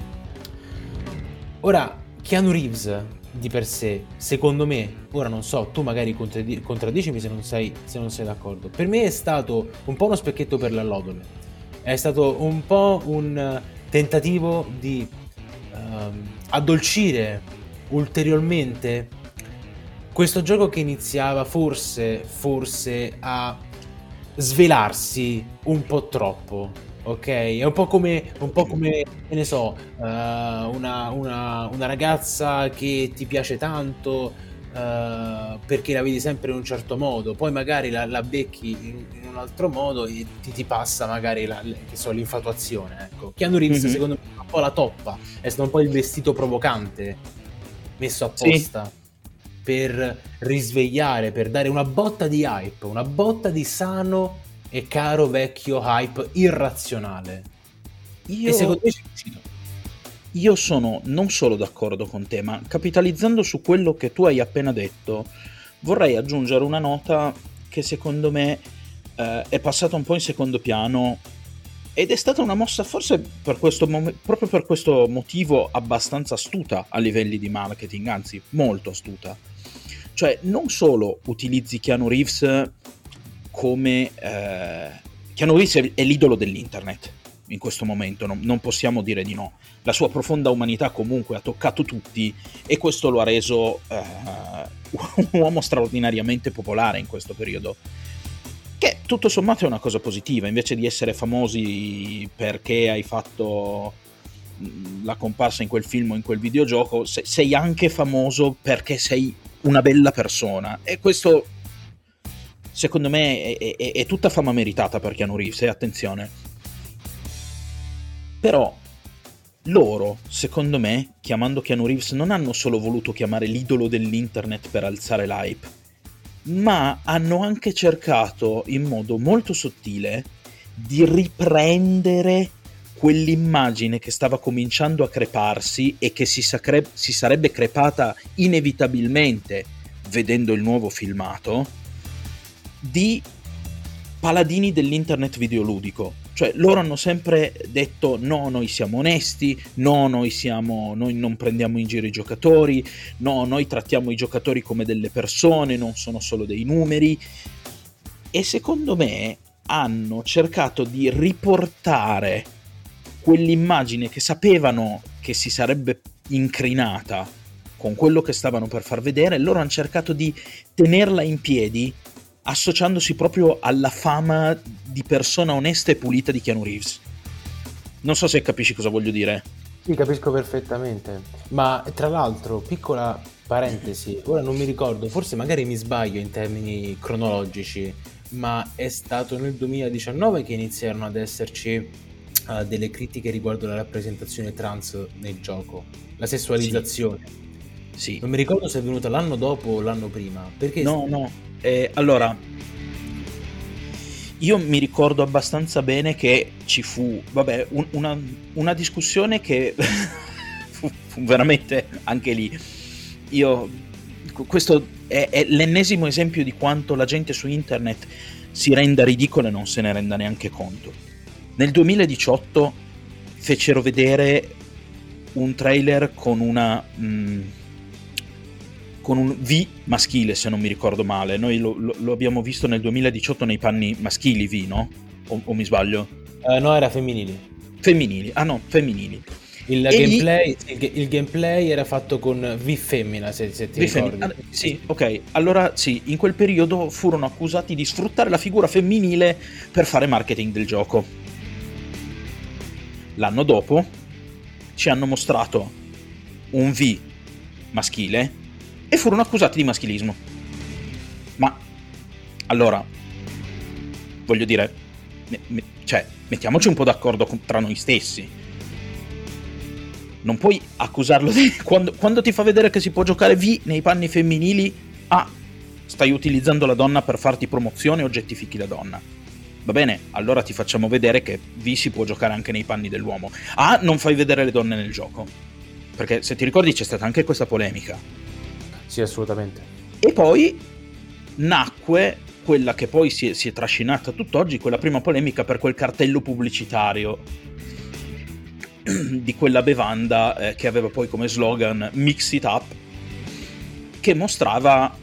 Ora, Keanu Reeves di per sé, secondo me, ora non so, tu magari contraddicimi se non sei d'accordo, per me è stato un po' uno specchietto per l'allodole, è stato un po' un tentativo di addolcire ulteriormente questo gioco che iniziava forse a svelarsi un po' troppo, ok? È un po' come che ne so, una ragazza che ti piace tanto perché la vedi sempre in un certo modo, poi magari la becchi in un altro modo e ti passa magari l'infatuazione, ecco. Keanu Reeves secondo me è un po' la toppa, è stato un po' il vestito provocante messo apposta. Sì. Per risvegliare, per dare una botta di hype, una botta di sano e caro vecchio hype irrazionale. E secondo me ci è riuscito. Io sono non solo d'accordo con te, ma capitalizzando su quello che tu hai appena detto, vorrei aggiungere una nota che secondo me è passata un po' in secondo piano ed è stata una mossa forse proprio per questo motivo abbastanza astuta a livelli di marketing, anzi molto astuta. Cioè, non solo utilizzi Keanu Reeves come... Keanu Reeves è l'idolo dell'internet in questo momento, non possiamo dire di no. La sua profonda umanità comunque ha toccato tutti e questo lo ha reso un uomo straordinariamente popolare in questo periodo. Che tutto sommato è una cosa positiva, invece di essere famosi perché hai fatto la comparsa in quel film o in quel videogioco, sei anche famoso perché sei una bella persona, e questo secondo me è tutta fama meritata per Keanu Reeves, attenzione. Però loro, secondo me, chiamando Keanu Reeves non hanno solo voluto chiamare l'idolo dell'internet per alzare l'hype, ma hanno anche cercato in modo molto sottile di riprendere quell'immagine che stava cominciando a creparsi e che si sarebbe crepata inevitabilmente vedendo il nuovo filmato di paladini dell'internet videoludico. Cioè loro hanno sempre detto no, noi siamo onesti, no, noi non prendiamo in giro i giocatori, no, noi trattiamo i giocatori come delle persone, non sono solo dei numeri. E secondo me hanno cercato di riportare quell'immagine che sapevano che si sarebbe incrinata con quello che stavano per far vedere. Loro hanno cercato di tenerla in piedi associandosi proprio alla fama di persona onesta e pulita di Keanu Reeves. Non so se capisci cosa voglio dire. Sì, capisco perfettamente. Ma tra l'altro, piccola parentesi, ora non mi ricordo, forse magari mi sbaglio in termini cronologici, ma è stato nel 2019 che iniziarono ad esserci delle critiche riguardo la rappresentazione trans nel gioco, la sessualizzazione. Sì. Non mi ricordo se è venuta l'anno dopo o l'anno prima, perché no. Allora, io mi ricordo abbastanza bene che ci fu, una discussione che fu veramente anche lì. Io questo è l'ennesimo esempio di quanto la gente su internet si renda ridicola e non se ne renda neanche conto. Nel 2018 fecero vedere un trailer con con un V maschile, se non mi ricordo male. Noi lo abbiamo visto nel 2018 nei panni maschili V, no? O mi sbaglio? No, era femminili. Femminili, no, femminili. Il gameplay era fatto con V femmina, se ti ricordi. Sì, ok. Allora sì, in quel periodo furono accusati di sfruttare la figura femminile per fare marketing del gioco. L'anno dopo ci hanno mostrato un V maschile e furono accusati di maschilismo. Ma allora, voglio dire, cioè, mettiamoci un po' d'accordo tra noi stessi. Non puoi accusarlo di... Quando ti fa vedere che si può giocare V nei panni femminili, stai utilizzando la donna per farti promozione o oggettifichi la donna. Va bene, allora ti facciamo vedere che V si può giocare anche nei panni dell'uomo. Non fai vedere le donne nel gioco. Perché se ti ricordi c'è stata anche questa polemica. Sì, assolutamente. E poi nacque quella che poi si è trascinata tutt'oggi, quella prima polemica per quel cartello pubblicitario di quella bevanda che aveva poi come slogan Mix It Up, che mostrava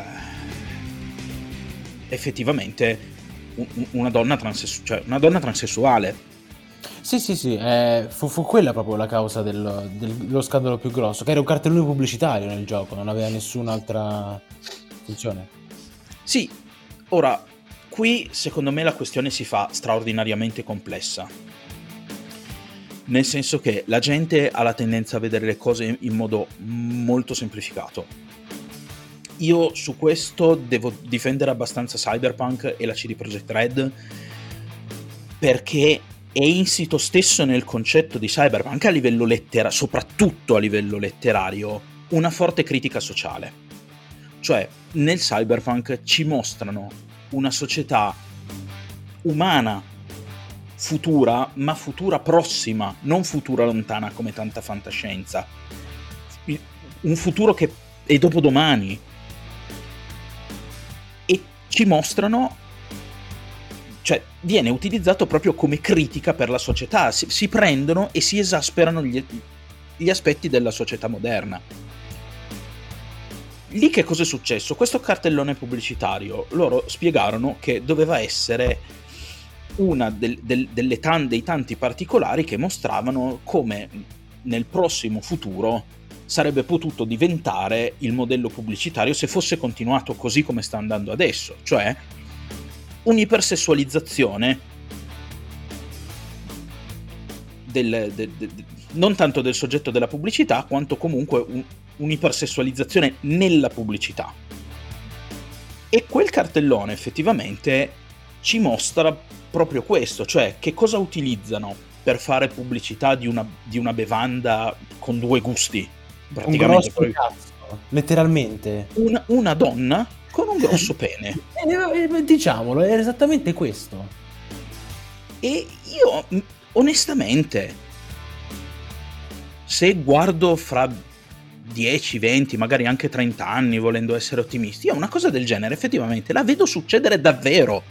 effettivamente una donna transessuale. Sì, fu quella proprio la causa dello scandalo più grosso, che era un cartellone pubblicitario nel gioco, non aveva nessun'altra funzione. Sì, ora, qui secondo me la questione si fa straordinariamente complessa, nel senso che la gente ha la tendenza a vedere le cose in modo molto semplificato. Io su questo devo difendere abbastanza Cyberpunk e la CD Projekt Red, perché è insito stesso nel concetto di Cyberpunk, anche a livello soprattutto a livello letterario, una forte critica sociale. Cioè, nel Cyberpunk ci mostrano una società umana, futura, ma futura prossima, non futura lontana come tanta fantascienza. Un futuro che è dopodomani. E ci mostrano, cioè viene utilizzato proprio come critica per la società, si prendono e si esasperano gli aspetti della società moderna. Lì che cosa è successo? Questo cartellone pubblicitario, loro spiegarono che doveva essere una dei tanti particolari che mostravano come nel prossimo futuro sarebbe potuto diventare il modello pubblicitario se fosse continuato così come sta andando adesso, cioè un'ipersessualizzazione non tanto del soggetto della pubblicità, quanto comunque un'ipersessualizzazione nella pubblicità. E quel cartellone effettivamente ci mostra proprio questo, cioè che cosa utilizzano per fare pubblicità di una bevanda con due gusti, praticamente. Un grosso cazzo, letteralmente. Una donna con un grosso pene. Diciamolo, è esattamente questo. E io, onestamente, se guardo fra 10, 20, magari anche 30 anni, volendo essere ottimisti, io una cosa del genere effettivamente la vedo succedere davvero.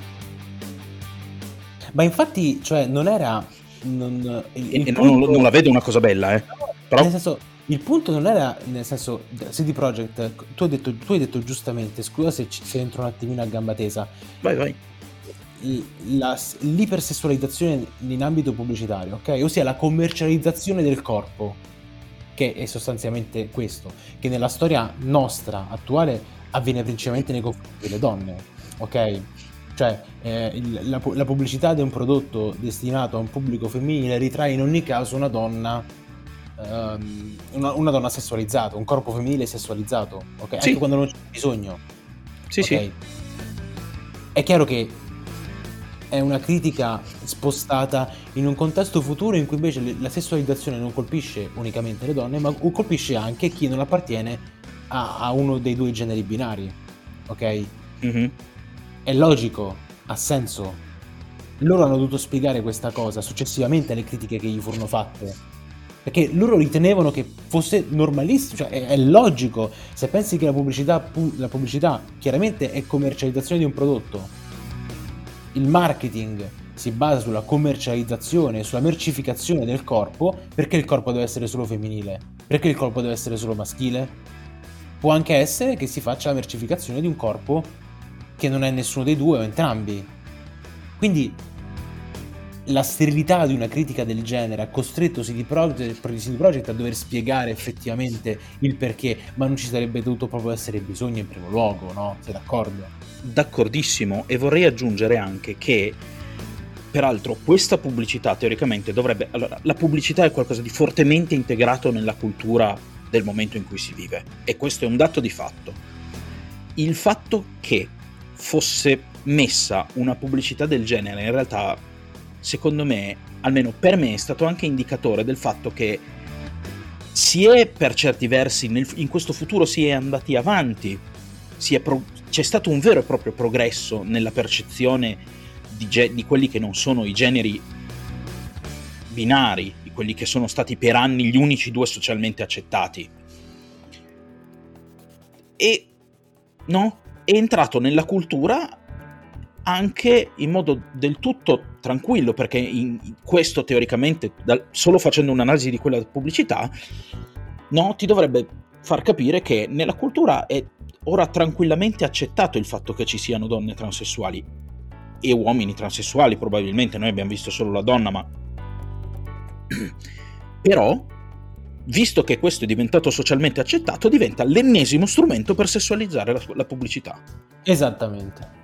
Ma infatti, cioè, non era... non la vedo una cosa bella, però... Nel senso, il punto non era, nel senso, CD Projekt, tu hai detto giustamente, scusa se entro un attimino a gamba tesa. Vai. L'ipersessualizzazione in ambito pubblicitario, ok? Ossia la commercializzazione del corpo, che è sostanzialmente questo, che nella storia nostra attuale avviene principalmente nei confronti delle donne, ok? Cioè la pubblicità di un prodotto destinato a un pubblico femminile ritrae in ogni caso una donna sessualizzata, un corpo femminile sessualizzato, ok? Sì. Anche quando non c'è bisogno. Sì, okay? Sì. È chiaro che è una critica spostata in un contesto futuro in cui invece la sessualizzazione non colpisce unicamente le donne, ma colpisce anche chi non appartiene a uno dei due generi binari, ok? Mm-hmm. È logico, ha senso. Loro hanno dovuto spiegare questa cosa successivamente alle critiche che gli furono fatte, perché loro ritenevano che fosse normalissimo, cioè è logico. Se pensi che la pubblicità chiaramente è commercializzazione di un prodotto, il marketing si basa sulla commercializzazione, sulla mercificazione del corpo, perché il corpo deve essere solo femminile? Perché il corpo deve essere solo maschile? Può anche essere che si faccia la mercificazione di un corpo che non è nessuno dei due o entrambi. Quindi la sterilità di una critica del genere ha costretto CD Projekt a dover spiegare effettivamente il perché, ma non ci sarebbe dovuto proprio essere bisogno in primo luogo, no? Sei d'accordo? D'accordissimo, e vorrei aggiungere anche che, peraltro, questa pubblicità teoricamente dovrebbe... Allora, la pubblicità è qualcosa di fortemente integrato nella cultura del momento in cui si vive, e questo è un dato di fatto. Il fatto che fosse messa una pubblicità del genere, in realtà, secondo me, almeno per me, è stato anche indicatore del fatto che si è, per certi versi, in questo futuro si è andati avanti, c'è stato un vero e proprio progresso nella percezione di quelli che non sono i generi binari, di quelli che sono stati per anni gli unici due socialmente accettati. E no, è entrato nella cultura anche in modo del tutto tranquillo, perché in questo teoricamente, solo facendo un'analisi di quella pubblicità, no, ti dovrebbe far capire che nella cultura è ora tranquillamente accettato il fatto che ci siano donne transessuali e uomini transessuali. Probabilmente noi abbiamo visto solo la donna, ma però, visto che questo è diventato socialmente accettato, diventa l'ennesimo strumento per sessualizzare la pubblicità. Esattamente.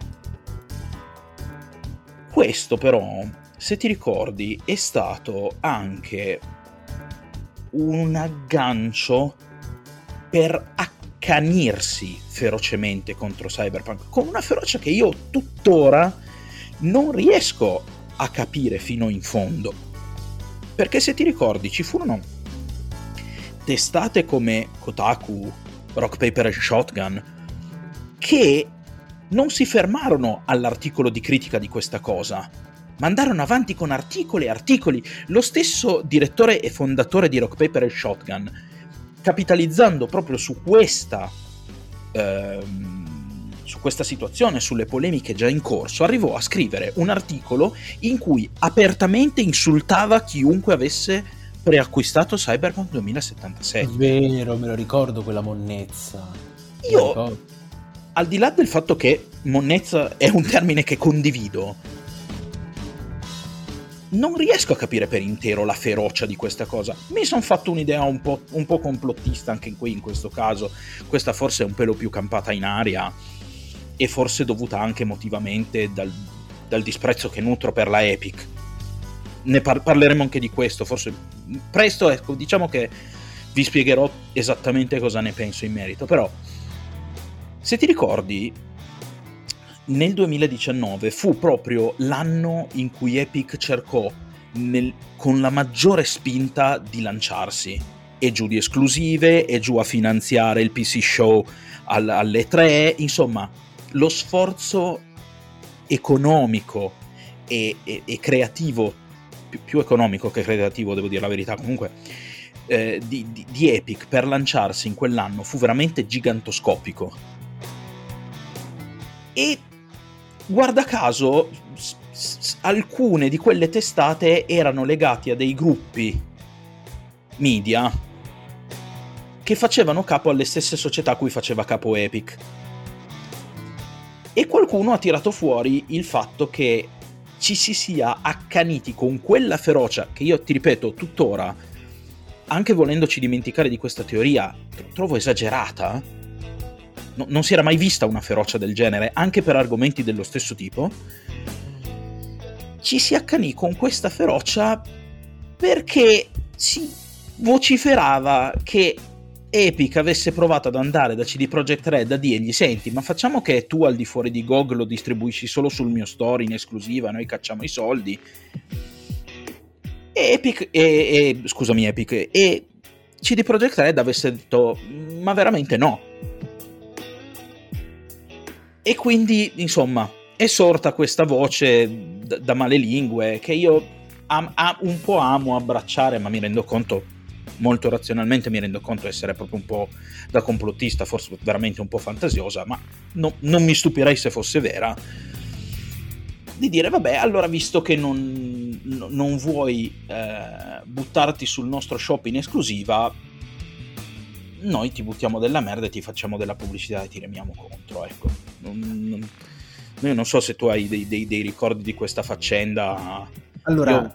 Questo però, se ti ricordi, è stato anche un aggancio per accanirsi ferocemente contro Cyberpunk, con una ferocia che io tuttora non riesco a capire fino in fondo. Perché se ti ricordi, ci furono testate come Kotaku, Rock Paper Shotgun, che non si fermarono all'articolo di critica di questa cosa, ma andarono avanti con articoli e articoli. Lo stesso direttore e fondatore di Rock Paper Shotgun, capitalizzando proprio su questa situazione, sulle polemiche già in corso, arrivò a scrivere un articolo in cui apertamente insultava chiunque avesse preacquistato Cyberpunk 2077. Vero, me lo ricordo quella monnezza. Io, al di là del fatto che monnezza è un termine che condivido, non riesco a capire per intero la ferocia di questa cosa. Mi sono fatto un'idea un po' complottista anche qui in questo caso. Questa forse è un pelo più campata in aria, e forse dovuta anche emotivamente dal disprezzo che nutro per la Epic. Ne parleremo anche di questo, forse presto, ecco, diciamo che vi spiegherò esattamente cosa ne penso in merito. Però, se ti ricordi, nel 2019 fu proprio l'anno in cui Epic cercò con la maggiore spinta di lanciarsi, e giù di esclusive, e giù a finanziare il PC Show alle 3, insomma lo sforzo economico e creativo, più economico che creativo, devo dire la verità, comunque di Epic per lanciarsi in quell'anno fu veramente gigantoscopico. E guarda caso, alcune di quelle testate erano legate a dei gruppi media che facevano capo alle stesse società a cui faceva capo Epic. E qualcuno ha tirato fuori il fatto che ci si sia accaniti con quella ferocia che io, ti ripeto, tuttora, anche volendoci dimenticare di questa teoria, trovo esagerata. Non si era mai vista una ferocia del genere, anche per argomenti dello stesso tipo. Ci si accanì con questa ferocia perché si vociferava che Epic avesse provato ad andare da CD Projekt Red a dirgli: senti, ma facciamo che tu al di fuori di GOG lo distribuisci solo sul mio store in esclusiva, noi cacciamo i soldi. E CD Projekt Red avesse detto: ma veramente no. E quindi, insomma, è sorta questa voce da malelingue che io un po' amo abbracciare, ma mi rendo conto molto razionalmente mi rendo conto di essere proprio un po' da complottista, forse veramente un po' fantasiosa, ma non mi stupirei se fosse vera, di dire vabbè, allora visto che non vuoi buttarti sul nostro shop in esclusiva, noi ti buttiamo della merda e ti facciamo della pubblicità e ti remiamo contro, ecco. Io non so se tu hai dei ricordi di questa faccenda. Allora,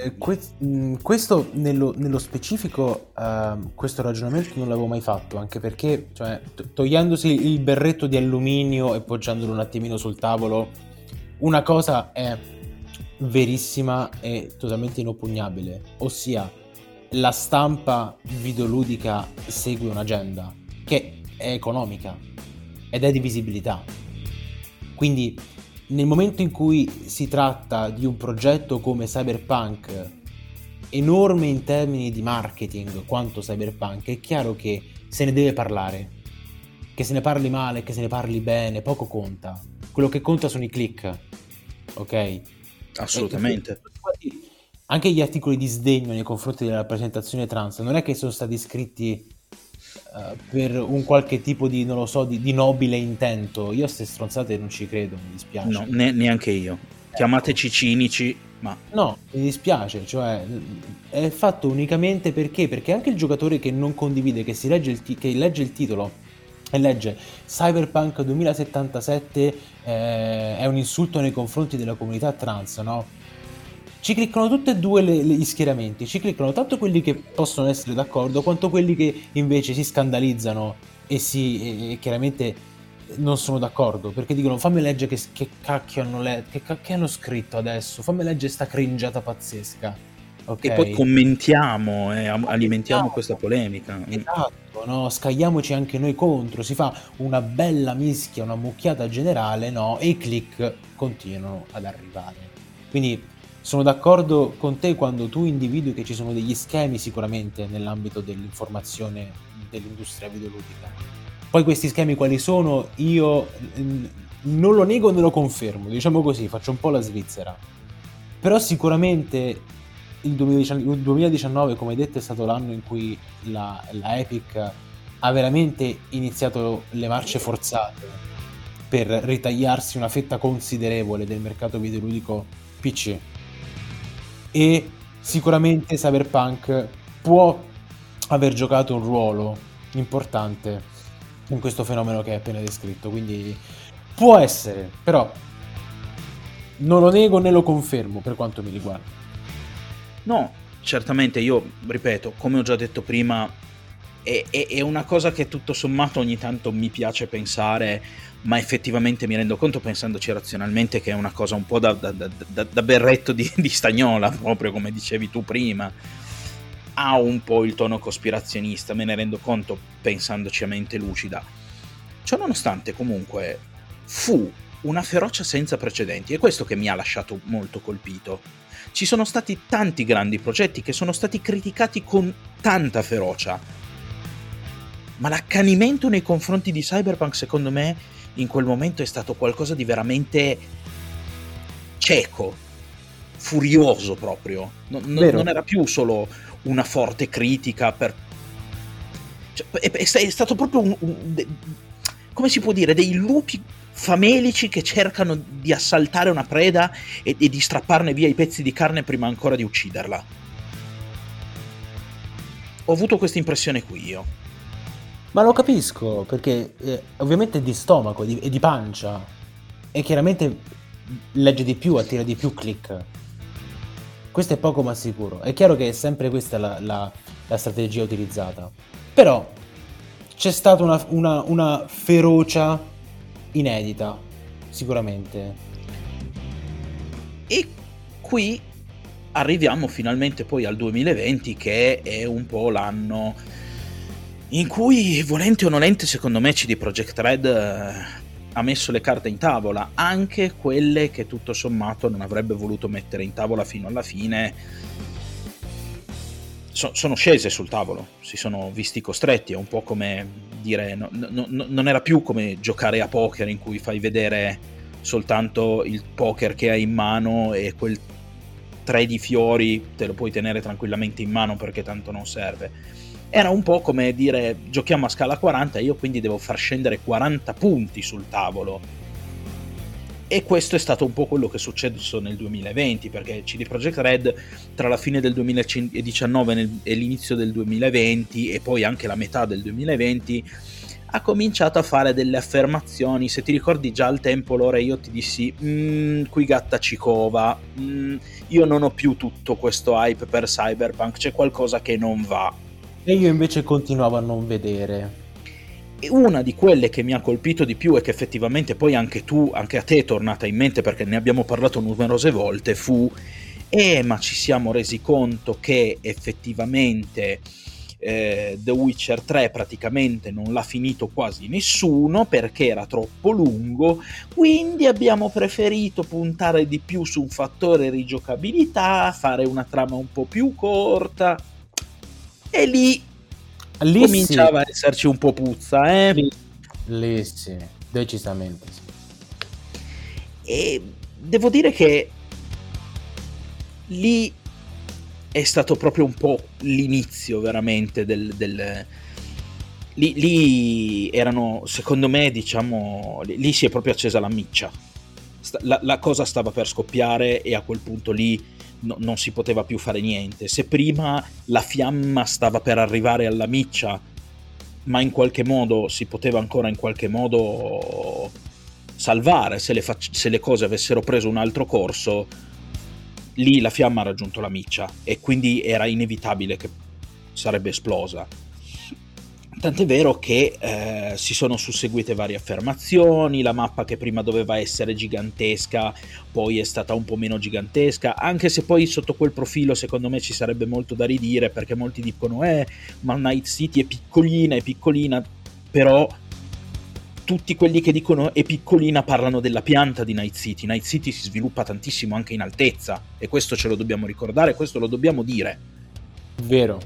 questo nello specifico, questo ragionamento non l'avevo mai fatto, anche perché, cioè, togliendosi il berretto di alluminio e poggiandolo un attimino sul tavolo, una cosa è verissima e totalmente inoppugnabile, ossia la stampa videoludica segue un'agenda che è economica ed è di visibilità. Quindi nel momento in cui si tratta di un progetto come Cyberpunk, enorme in termini di marketing quanto Cyberpunk, è chiaro che se ne deve parlare. Che se ne parli male, che se ne parli bene, poco conta. Quello che conta sono i click, ok? Assolutamente. Anche gli articoli di sdegno nei confronti della rappresentazione trans non è che sono stati scritti per un qualche tipo di, non lo so, di nobile intento. Io a ste stronzate non ci credo, mi dispiace. No, neanche io. Chiamateci cinici, ma... No, mi dispiace, cioè è fatto unicamente perché anche il giocatore che non condivide, che legge il titolo e legge Cyberpunk 2077 è un insulto nei confronti della comunità trans, no? Ci cliccano tutti e due gli schieramenti, ci cliccano tanto quelli che possono essere d'accordo quanto quelli che invece si scandalizzano e chiaramente non sono d'accordo, perché dicono fammi leggere che cacchio hanno scritto adesso, fammi leggere sta cringiata pazzesca, ok? E poi commentiamo e alimentiamo questa polemica. Esatto, no? Scagliamoci anche noi contro, si fa una bella mischia, una mucchiata generale, no? E i click continuano ad arrivare. Quindi sono d'accordo con te quando tu individui che ci sono degli schemi sicuramente nell'ambito dell'informazione dell'industria videoludica. Poi questi schemi quali sono? Io non lo nego né lo confermo, diciamo così, faccio un po' la Svizzera. Però sicuramente il 2019, come hai detto, è stato l'anno in cui la Epic ha veramente iniziato le marce forzate per ritagliarsi una fetta considerevole del mercato videoludico PC. E sicuramente Cyberpunk può aver giocato un ruolo importante in questo fenomeno che hai appena descritto, quindi può essere, però non lo nego né lo confermo per quanto mi riguarda. No, certamente, io ripeto, come ho già detto prima, è una cosa che tutto sommato ogni tanto mi piace pensare, ma effettivamente mi rendo conto, pensandoci razionalmente, che è una cosa un po' da berretto di stagnola, proprio come dicevi tu prima. Ha un po' il tono cospirazionista, me ne rendo conto pensandoci a mente lucida. Ciò nonostante, comunque, fu una ferocia senza precedenti, è questo che mi ha lasciato molto colpito. Ci sono stati tanti grandi progetti che sono stati criticati con tanta ferocia, ma l'accanimento nei confronti di Cyberpunk, secondo me, in quel momento è stato qualcosa di veramente cieco, furioso proprio. Non era più solo una forte critica cioè, è stato proprio come si può dire, dei lupi famelici che cercano di assaltare una preda e di strapparne via i pezzi di carne prima ancora di ucciderla. Ho avuto questa impressione qui io. Ma lo capisco, perché ovviamente è di stomaco e di pancia, e chiaramente legge di più, attira di più click. Questo è poco ma sicuro. È chiaro che è sempre questa la strategia utilizzata. Però c'è stata una ferocia inedita, sicuramente. E qui arriviamo finalmente poi al 2020, che è un po' l'anno in cui, volente o nolente, secondo me CD Projekt Red ha messo le carte in tavola, anche quelle che tutto sommato non avrebbe voluto mettere in tavola fino alla fine. Sono scese sul tavolo, si sono visti costretti. È un po' come dire, non era più come giocare a poker in cui fai vedere soltanto il poker che hai in mano e quel 3 di fiori te lo puoi tenere tranquillamente in mano perché tanto non serve. Era un po' come dire giochiamo a scala 40, io quindi devo far scendere 40 punti sul tavolo. E questo è stato un po' quello che è successo nel 2020, perché CD Projekt Red tra la fine del 2019 e l'inizio del 2020 e poi anche la metà del 2020 ha cominciato a fare delle affermazioni. Se ti ricordi già al tempo, Lore, io ti dissi qui gatta ci cova, io non ho più tutto questo hype per Cyberpunk, c'è qualcosa che non va. E io invece continuavo a non vedere. E una di quelle che mi ha colpito di più e che effettivamente poi anche a te è tornata in mente perché ne abbiamo parlato numerose volte fu ma ci siamo resi conto che effettivamente The Witcher 3 praticamente non l'ha finito quasi nessuno perché era troppo lungo, quindi abbiamo preferito puntare di più su un fattore rigiocabilità, fare una trama un po' più corta, e lì cominciava a esserci un po' puzza, Lì sì, decisamente sì. E devo dire che lì è stato proprio un po' l'inizio veramente lì erano, secondo me, diciamo, lì si è proprio accesa la miccia. La cosa stava per scoppiare e a quel punto lì non si poteva più fare niente. Se prima la fiamma stava per arrivare alla miccia, ma in qualche modo si poteva ancora in qualche modo salvare se le cose avessero preso un altro corso, lì la fiamma ha raggiunto la miccia e quindi era inevitabile che sarebbe esplosa. Tant'è vero che si sono susseguite varie affermazioni, la mappa che prima doveva essere gigantesca poi è stata un po' meno gigantesca, anche se poi sotto quel profilo secondo me ci sarebbe molto da ridire, perché molti dicono ma Night City è piccolina, però tutti quelli che dicono è piccolina parlano della pianta di Night City. Night City si sviluppa tantissimo anche in altezza e questo ce lo dobbiamo ricordare, questo lo dobbiamo dire. Vero.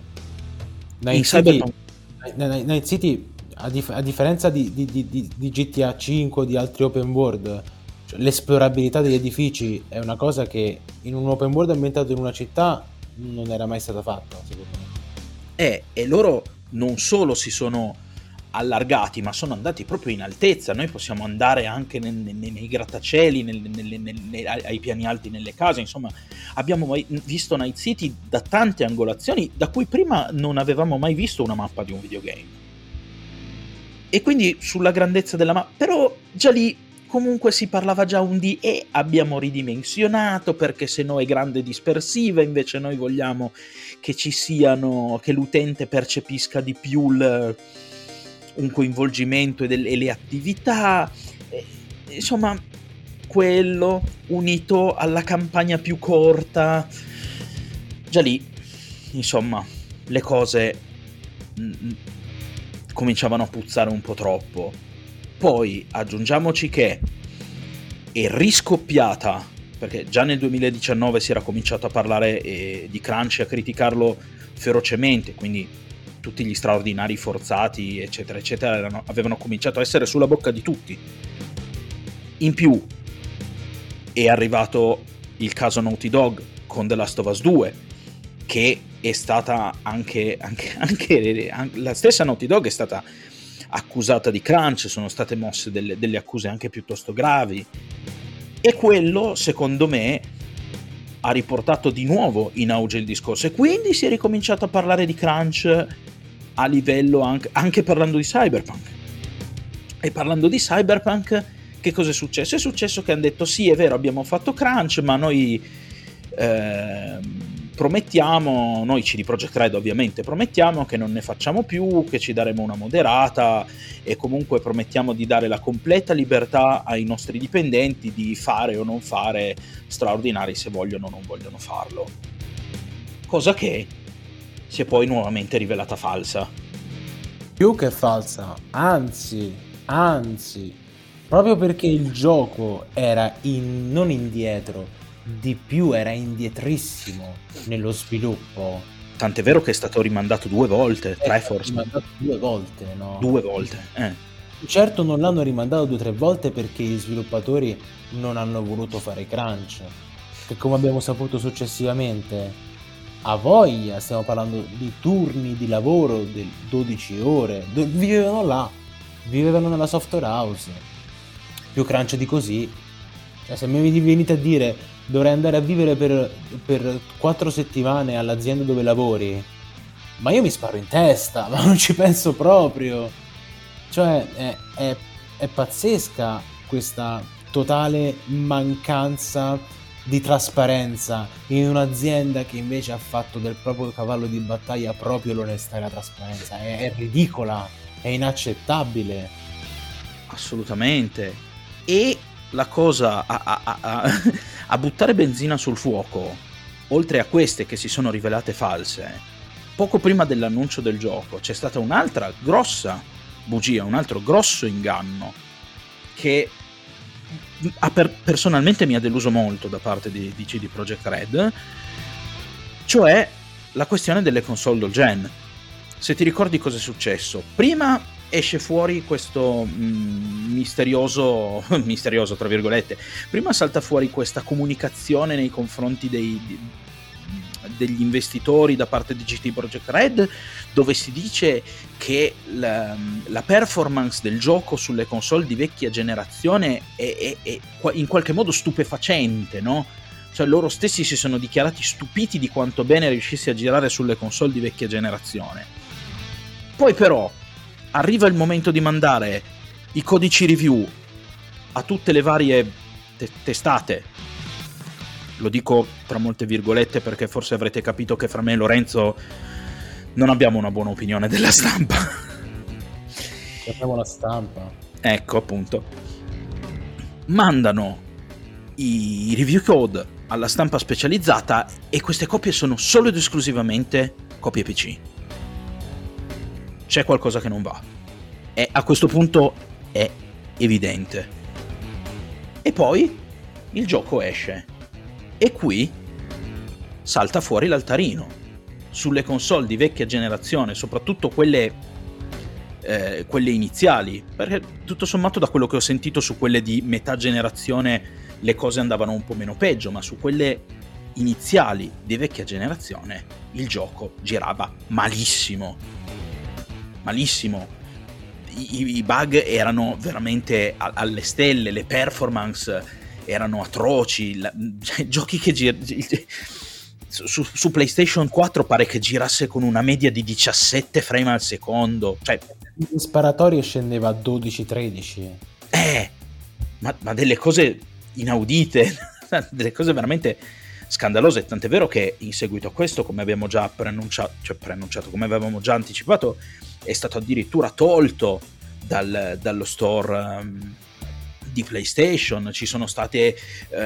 Night City, a differenza di GTA 5 o di altri open world, cioè, l'esplorabilità degli edifici è una cosa che in un open world ambientato in una città non era mai stata fatta, secondo me. E loro non solo si sono allargati, ma sono andati proprio in altezza. Noi possiamo andare anche nei grattacieli, ai piani alti nelle case, insomma abbiamo visto Night City da tante angolazioni da cui prima non avevamo mai visto una mappa di un videogame, e quindi sulla grandezza della mappa, però già lì comunque si parlava già e abbiamo ridimensionato perché se no è grande e dispersiva, invece noi vogliamo che ci siano, che l'utente percepisca di più un coinvolgimento e le attività, insomma quello unito alla campagna più corta, già lì insomma le cose cominciavano a puzzare un po' troppo. Poi aggiungiamoci che è riscoppiata, perché già nel 2019 si era cominciato a parlare di crunch e a criticarlo ferocemente, quindi tutti gli straordinari forzati eccetera eccetera avevano cominciato a essere sulla bocca di tutti. In più è arrivato il caso Naughty Dog con The Last of Us 2, che è stata anche la stessa Naughty Dog è stata accusata di crunch, sono state mosse delle accuse anche piuttosto gravi, e quello secondo me ha riportato di nuovo in auge il discorso, e quindi si è ricominciato a parlare di crunch a livello anche parlando di Cyberpunk. E parlando di Cyberpunk, che cosa è successo? È successo che hanno detto sì, è vero, abbiamo fatto crunch, ma noi promettiamo, noi CD Projekt Red ovviamente promettiamo che non ne facciamo più, che ci daremo una moderata e comunque promettiamo di dare la completa libertà ai nostri dipendenti di fare o non fare straordinari se vogliono o non vogliono farlo. Cosa che si è poi nuovamente rivelata falsa. Più che falsa, anzi, proprio perché il gioco era non indietro, di più era indietrissimo nello sviluppo. Tant'è vero che è stato rimandato 2 volte, 3 forse. Rimandato 2 volte, no? 2 volte, Certo non l'hanno rimandato 2 o 3 volte perché gli sviluppatori non hanno voluto fare crunch. che, come abbiamo saputo successivamente, a voglia, stiamo parlando di turni di lavoro di 12 ore, vivevano là, vivevano nella software house, più crunch di così. Cioè, se mi venite a dire dovrei andare a vivere per 4 settimane all'azienda dove lavori, ma io mi sparo in testa, ma non ci penso proprio. Cioè è pazzesca questa totale mancanza di trasparenza in un'azienda che invece ha fatto del proprio cavallo di battaglia proprio l'onestà e la trasparenza. È ridicola, è inaccettabile. Assolutamente. E la cosa a buttare benzina sul fuoco, oltre a queste che si sono rivelate false, poco prima dell'annuncio del gioco c'è stata un'altra grossa bugia, un altro grosso inganno che personalmente mi ha deluso molto da parte di CD Projekt Red, cioè la questione delle console dual gen. Se ti ricordi cosa è successo, prima esce fuori questo misterioso tra virgolette, prima salta fuori questa comunicazione nei confronti degli investitori da parte di CD Projekt Red, dove si dice che la performance del gioco sulle console di vecchia generazione è in qualche modo stupefacente, no? Cioè loro stessi si sono dichiarati stupiti di quanto bene riuscisse a girare sulle console di vecchia generazione. Poi però arriva il momento di mandare i codici review a tutte le varie testate. Lo dico tra molte virgolette perché forse avrete capito che fra me e Lorenzo non abbiamo una buona opinione della stampa. Abbiamo la stampa. Ecco, appunto. Mandano i review code alla stampa specializzata e queste copie sono solo ed esclusivamente copie PC. C'è qualcosa che non va. E a questo punto è evidente. E poi il gioco esce. E qui salta fuori l'altarino. Sulle console di vecchia generazione, soprattutto quelle iniziali, perché tutto sommato da quello che ho sentito su quelle di metà generazione le cose andavano un po' meno peggio, ma su quelle iniziali di vecchia generazione il gioco girava malissimo. I bug erano veramente alle stelle, le performance erano atroci, giochi che su PlayStation 4 pare che girasse con una media di 17 frame al secondo, cioè in sparatorie scendeva a 12-13. Ma delle cose inaudite, delle cose veramente scandalose, tant'è vero che in seguito a questo, come abbiamo già preannunciato, come avevamo già anticipato, è stato addirittura tolto dallo store di PlayStation. Ci sono state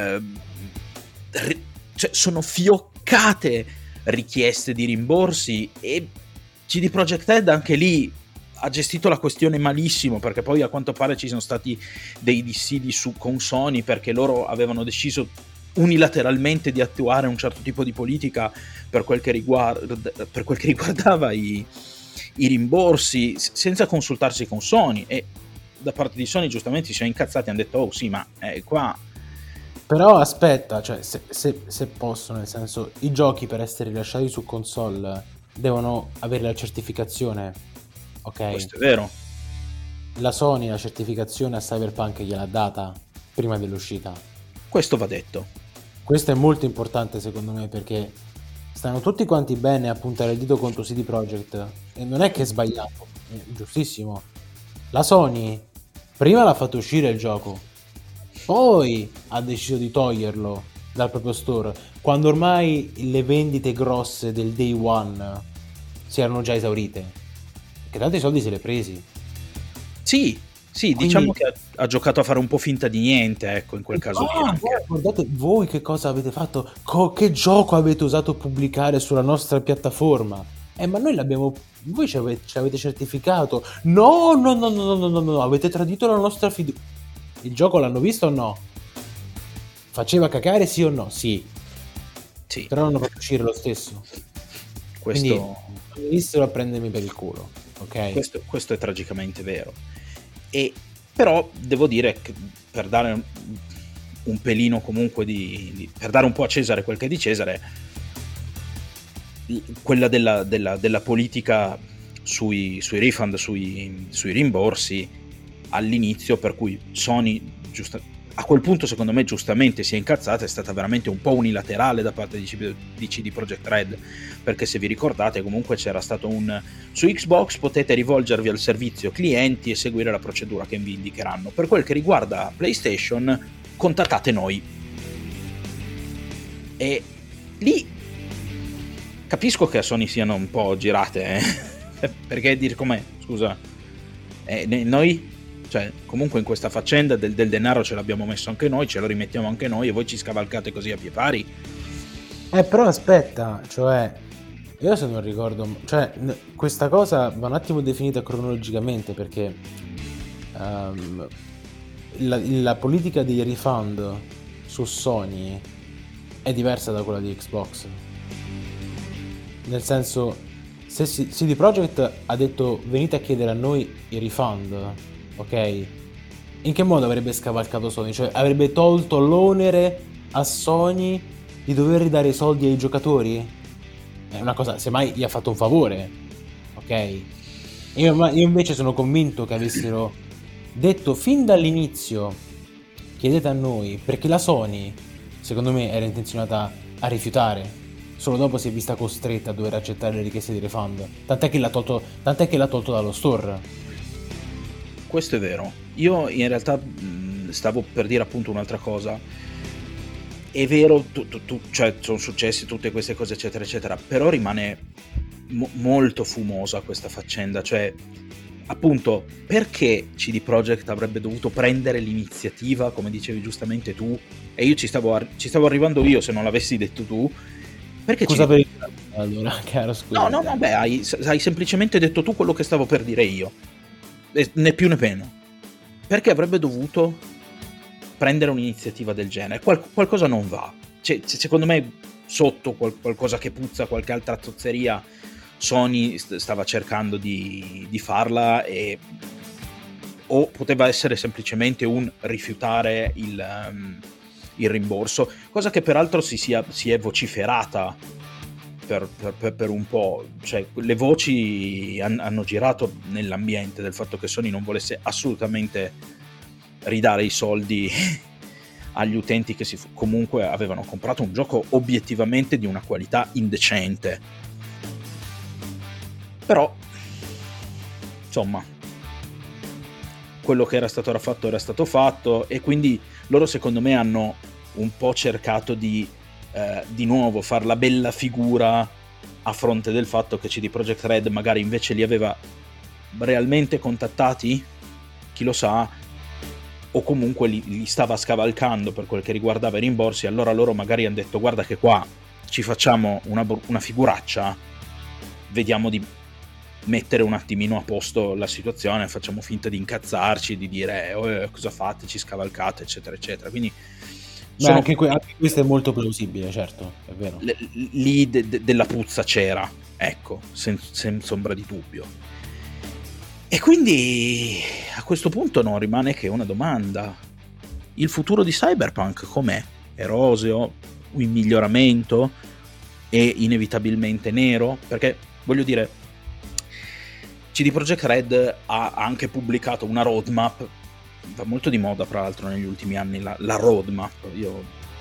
sono fioccate richieste di rimborsi e CD Projekt Red anche lì ha gestito la questione malissimo, perché poi a quanto pare ci sono stati dei dissidi con Sony perché loro avevano deciso unilateralmente di attuare un certo tipo di politica per quel che riguardava i rimborsi, senza consultarsi con Sony, e da parte di Sony giustamente si sono incazzati e hanno detto: oh sì, ma qua però aspetta, cioè se posso, nel senso, i giochi per essere rilasciati su console devono avere la certificazione, ok? Questo è vero. La Sony la certificazione a Cyberpunk gliel'ha data prima dell'uscita. Questo va detto. Questo è molto importante secondo me, perché stanno tutti quanti bene a puntare il dito contro CD Projekt e non è che è sbagliato, è giustissimo. La Sony prima l'ha fatto uscire il gioco, poi ha deciso di toglierlo dal proprio store, quando ormai le vendite grosse del day one si erano già esaurite, perché tanti soldi se li ha presi. Sì, quindi, diciamo che ha giocato a fare un po' finta di niente, ecco, in quel caso lì. Guardate voi che cosa avete fatto, che gioco avete usato pubblicare sulla nostra piattaforma. Ma noi l'abbiamo, voi ci avete certificato. No, avete tradito la nostra fiducia. Il gioco l'hanno visto o no? Faceva cacare, sì o no? Sì. Però non lo fatto uscire lo stesso. Quindi venissero a prendermi per il culo, ok? Questo è tragicamente vero. E però devo dire che per un pelino comunque per dare un po' a Cesare quel che è di Cesare, quella della politica sui refund, sui rimborsi all'inizio, per cui Sony a quel punto secondo me giustamente si è incazzata, è stata veramente un po' unilaterale da parte di CD Projekt Red, perché se vi ricordate comunque c'era stato su Xbox potete rivolgervi al servizio clienti e seguire la procedura che vi indicheranno. Per quel che riguarda PlayStation, contattate noi. E lì capisco che a Sony siano un po' girate, perché dire com'è, scusa, noi, cioè comunque in questa faccenda del denaro ce l'abbiamo messo anche noi, ce lo rimettiamo anche noi, e voi ci scavalcate così a pie pari. Però aspetta, cioè io se non ricordo, cioè questa cosa va un attimo definita cronologicamente, perché la politica dei refund su Sony è diversa da quella di Xbox. Nel senso, se CD Projekt ha detto venite a chiedere a noi i refund, ok? In che modo avrebbe scavalcato Sony? Cioè avrebbe tolto l'onere a Sony di dover ridare i soldi ai giocatori? È una cosa, semmai gli ha fatto un favore, ok? Io invece sono convinto che avessero detto fin dall'inizio chiedete a noi, perché la Sony secondo me era intenzionata a rifiutare. Solo dopo si è vista costretta a dover accettare le richieste di refund. Tant'è che l'ha tolto dallo store. Questo è vero. Io in realtà stavo per dire appunto un'altra cosa. È vero, cioè sono successe tutte queste cose eccetera eccetera, però rimane molto fumosa questa faccenda. Cioè appunto, perché CD Projekt avrebbe dovuto prendere l'iniziativa, come dicevi giustamente tu, e io ci stavo arrivando io se non l'avessi detto tu. Perché scusa per il allora, caro, scusa. No, beh, hai semplicemente detto tu quello che stavo per dire io, né più né meno. Perché avrebbe dovuto prendere un'iniziativa del genere? Qualcosa non va. Cioè, secondo me sotto qualcosa che puzza, qualche altra zozzeria Sony stava cercando di farla, o poteva essere semplicemente un rifiutare il rimborso, cosa che peraltro si è vociferata per un po', cioè le voci hanno girato nell'ambiente del fatto che Sony non volesse assolutamente ridare i soldi agli utenti che comunque avevano comprato un gioco obiettivamente di una qualità indecente. Però insomma, quello che era stato fatto, e quindi loro secondo me hanno un po' cercato di nuovo far la bella figura a fronte del fatto che CD Projekt Red magari invece li aveva realmente contattati, chi lo sa, o comunque li stava scavalcando per quel che riguardava i rimborsi. Allora loro magari hanno detto guarda che qua ci facciamo una figuraccia, vediamo di mettere un attimino a posto la situazione, facciamo finta di incazzarci, di dire cosa fate, ci scavalcate eccetera eccetera. Quindi anche questo è molto plausibile, certo, è vero. Lì della puzza c'era, ecco, senza ombra di dubbio. E quindi a questo punto non rimane che una domanda: il futuro di Cyberpunk com'è? È roseo? In miglioramento? È inevitabilmente nero? Perché voglio dire, CD Projekt Red ha anche pubblicato una roadmap, va molto di moda tra l'altro negli ultimi anni la roadmap, io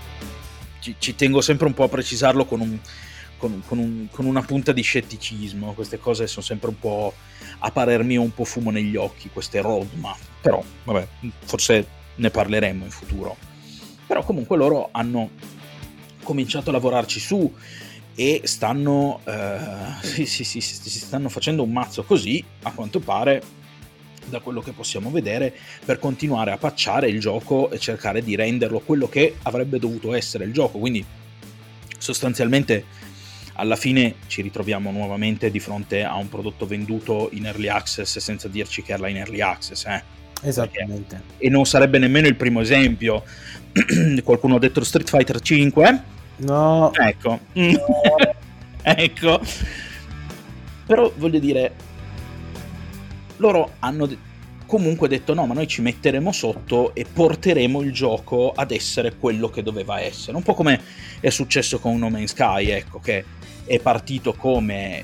ci tengo sempre un po' a precisarlo con una punta di scetticismo. Queste cose sono sempre un po', a parer mio, un po' fumo negli occhi, queste roadmap, però vabbè, forse ne parleremo in futuro. Però comunque loro hanno cominciato a lavorarci su e stanno si stanno facendo un mazzo così, a quanto pare, da quello che possiamo vedere, per continuare a patchare il gioco e cercare di renderlo quello che avrebbe dovuto essere il gioco. Quindi sostanzialmente alla fine ci ritroviamo nuovamente di fronte a un prodotto venduto in early access senza dirci che era in early access, Esattamente. E non sarebbe nemmeno il primo esempio. Qualcuno ha detto Street Fighter 5? No. Ecco. No. Ecco. Però voglio dire, loro hanno comunque detto no, ma noi ci metteremo sotto e porteremo il gioco ad essere quello che doveva essere, un po' come è successo con No Man's Sky, ecco, che è partito come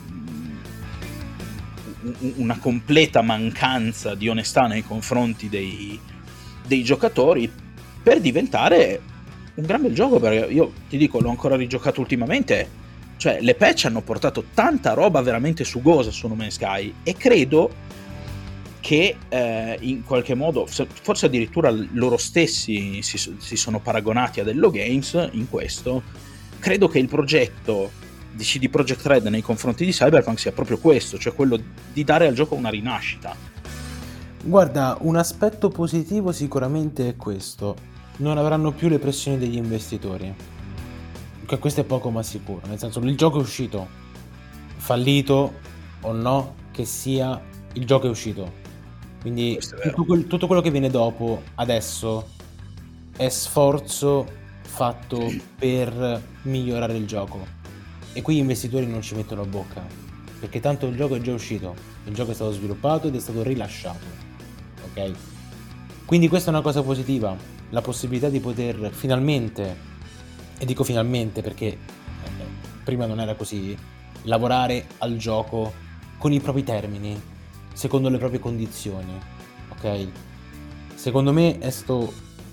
una completa mancanza di onestà nei confronti dei giocatori per diventare un gran bel gioco, perché io ti dico, l'ho ancora rigiocato ultimamente, cioè le patch hanno portato tanta roba veramente sugosa su No Man's Sky, e credo che in qualche modo, forse addirittura loro stessi si sono paragonati ad Hello Games in questo. Credo che il progetto di CD Projekt Red nei confronti di Cyberpunk sia proprio questo, cioè quello di dare al gioco una rinascita. Guarda, un aspetto positivo sicuramente è questo: non avranno più le pressioni degli investitori, che questo è poco ma sicuro, nel senso, il gioco è uscito, fallito o no che sia, il gioco è uscito, quindi tutto quello che viene dopo adesso è sforzo fatto per migliorare il gioco, e qui gli investitori non ci mettono la bocca, perché tanto il gioco è già uscito, il gioco è stato sviluppato ed è stato rilasciato, ok? Quindi questa è una cosa positiva, la possibilità di poter finalmente, e dico finalmente perché prima non era così, lavorare al gioco con i propri termini, secondo le proprie condizioni, ok? Secondo me è stato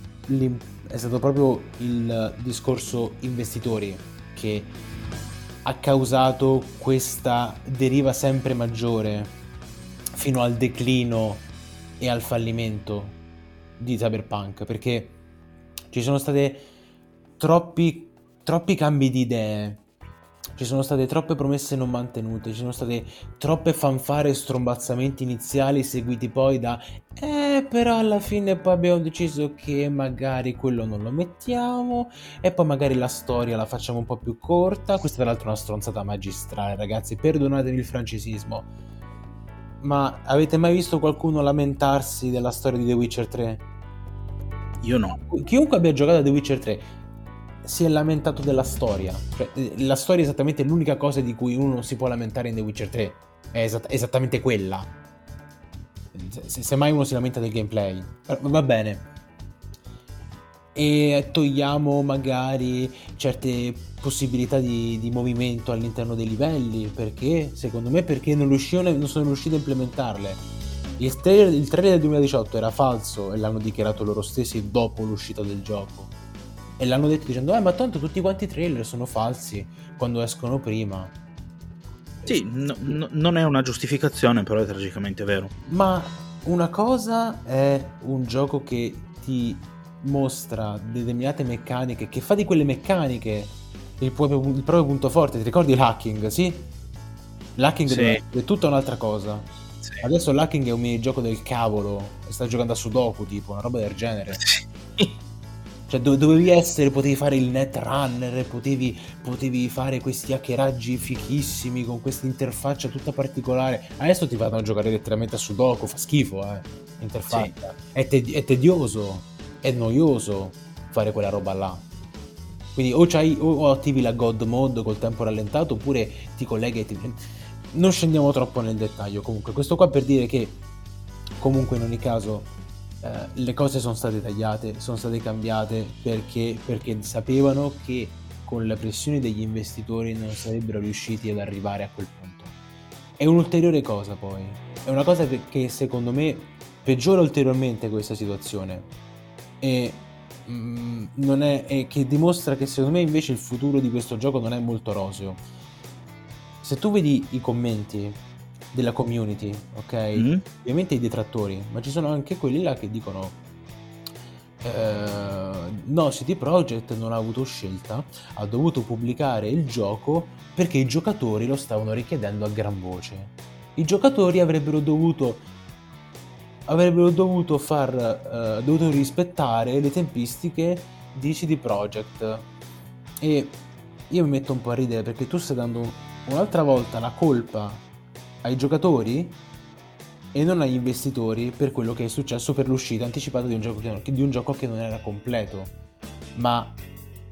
proprio il discorso investitori che ha causato questa deriva sempre maggiore fino al declino e al fallimento di Cyberpunk, perché ci sono state troppi cambi di idee, ci sono state troppe promesse non mantenute, ci sono state troppe fanfare e strombazzamenti iniziali seguiti poi da però alla fine poi abbiamo deciso che magari quello non lo mettiamo, e poi magari la storia la facciamo un po' più corta. Questa tra l'altro è una stronzata magistrale, ragazzi, perdonatemi il francesismo, ma avete mai visto qualcuno lamentarsi della storia di The Witcher 3? Io no. Chiunque abbia giocato a The Witcher 3 si è lamentato della storia, cioè, la storia è esattamente l'unica cosa di cui uno non si può lamentare in The Witcher 3, è esattamente quella. Se mai uno si lamenta del gameplay, va bene, e togliamo magari certe possibilità di movimento all'interno dei livelli, perché secondo me perché non sono riusciti a implementarle. Il trailer del 2018 era falso e l'hanno dichiarato loro stessi dopo l'uscita del gioco, e l'hanno detto dicendo ma tanto tutti quanti i trailer sono falsi quando escono prima. Sì, non è una giustificazione, però è tragicamente vero. Ma una cosa è un gioco che ti mostra determinate meccaniche, che fa di quelle meccaniche il proprio punto forte. Ti ricordi l'hacking, sì? L'hacking Sì. è tutta un'altra cosa. Sì. Adesso l'hacking è un minigioco del cavolo, e stai giocando a Sudoku, tipo, una roba del genere. Sì. Cioè potevi fare il netrunner, potevi fare questi hackeraggi fichissimi con questa interfaccia tutta particolare. Adesso ti fanno giocare letteralmente a Sudoku, fa schifo, interfaccia. Sì. È tedioso, è noioso fare quella roba là. Quindi o attivi la God mode col tempo rallentato, oppure ti colleghi e non scendiamo troppo nel dettaglio. Comunque questo qua per dire che comunque in ogni caso le cose sono state tagliate, sono state cambiate perché sapevano che con le pressioni degli investitori non sarebbero riusciti ad arrivare a quel punto. È un'ulteriore cosa, poi è una cosa che secondo me peggiora ulteriormente questa situazione, e che dimostra che secondo me invece il futuro di questo gioco non è molto roseo. Se tu vedi i commenti della community, ok? Ovviamente i detrattori, ma ci sono anche quelli là che dicono no, CD Projekt non ha avuto scelta, ha dovuto pubblicare il gioco perché i giocatori lo stavano richiedendo a gran voce. I giocatori avrebbero dovuto rispettare le tempistiche di CD Projekt. E io mi metto un po' a ridere, perché tu stai dando un'altra volta la colpa ai giocatori e non agli investitori per quello che è successo per l'uscita anticipata di un gioco che non era completo. Ma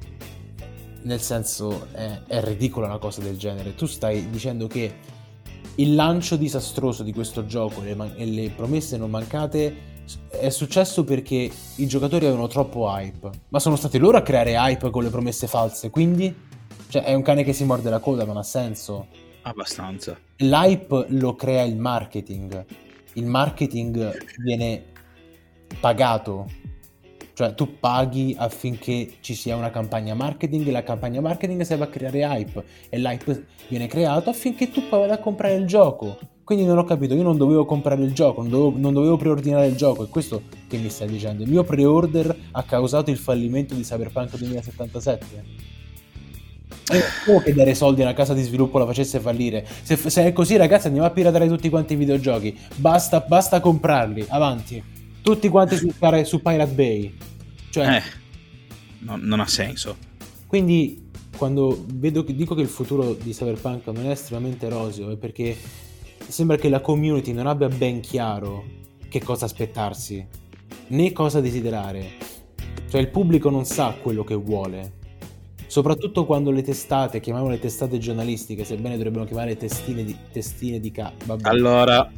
nel senso è ridicola una cosa del genere. Tu stai dicendo che il lancio disastroso di questo gioco e le promesse non mancate è successo perché i giocatori avevano troppo hype, ma sono stati loro a creare hype con le promesse false, quindi cioè, è un cane che si morde la coda, non ha senso. Abbastanza. L'hype lo crea il marketing viene pagato, cioè tu paghi affinché ci sia una campagna marketing e la campagna marketing serve a creare hype e l'hype viene creato affinché tu poi vada a comprare il gioco. Quindi non ho capito, io non dovevo comprare il gioco, non dovevo preordinare il gioco, è questo che mi stai dicendo. Il mio pre-order ha causato il fallimento di Cyberpunk 2077. Non può che dare soldi a una casa di sviluppo la facesse fallire. Se è così, ragazzi, andiamo a piratare tutti quanti i videogiochi. Basta comprarli, avanti. Tutti quanti su Pirate Bay. Cioè, non ha senso. quindi quando dico che il futuro di Cyberpunk non è estremamente roseo è perché sembra che la community non abbia ben chiaro che cosa aspettarsi né cosa desiderare. Cioè il pubblico non sa quello che vuole, soprattutto quando le testate, chiamiamole testate giornalistiche, sebbene dovrebbero chiamare testine di vabbè, Allora,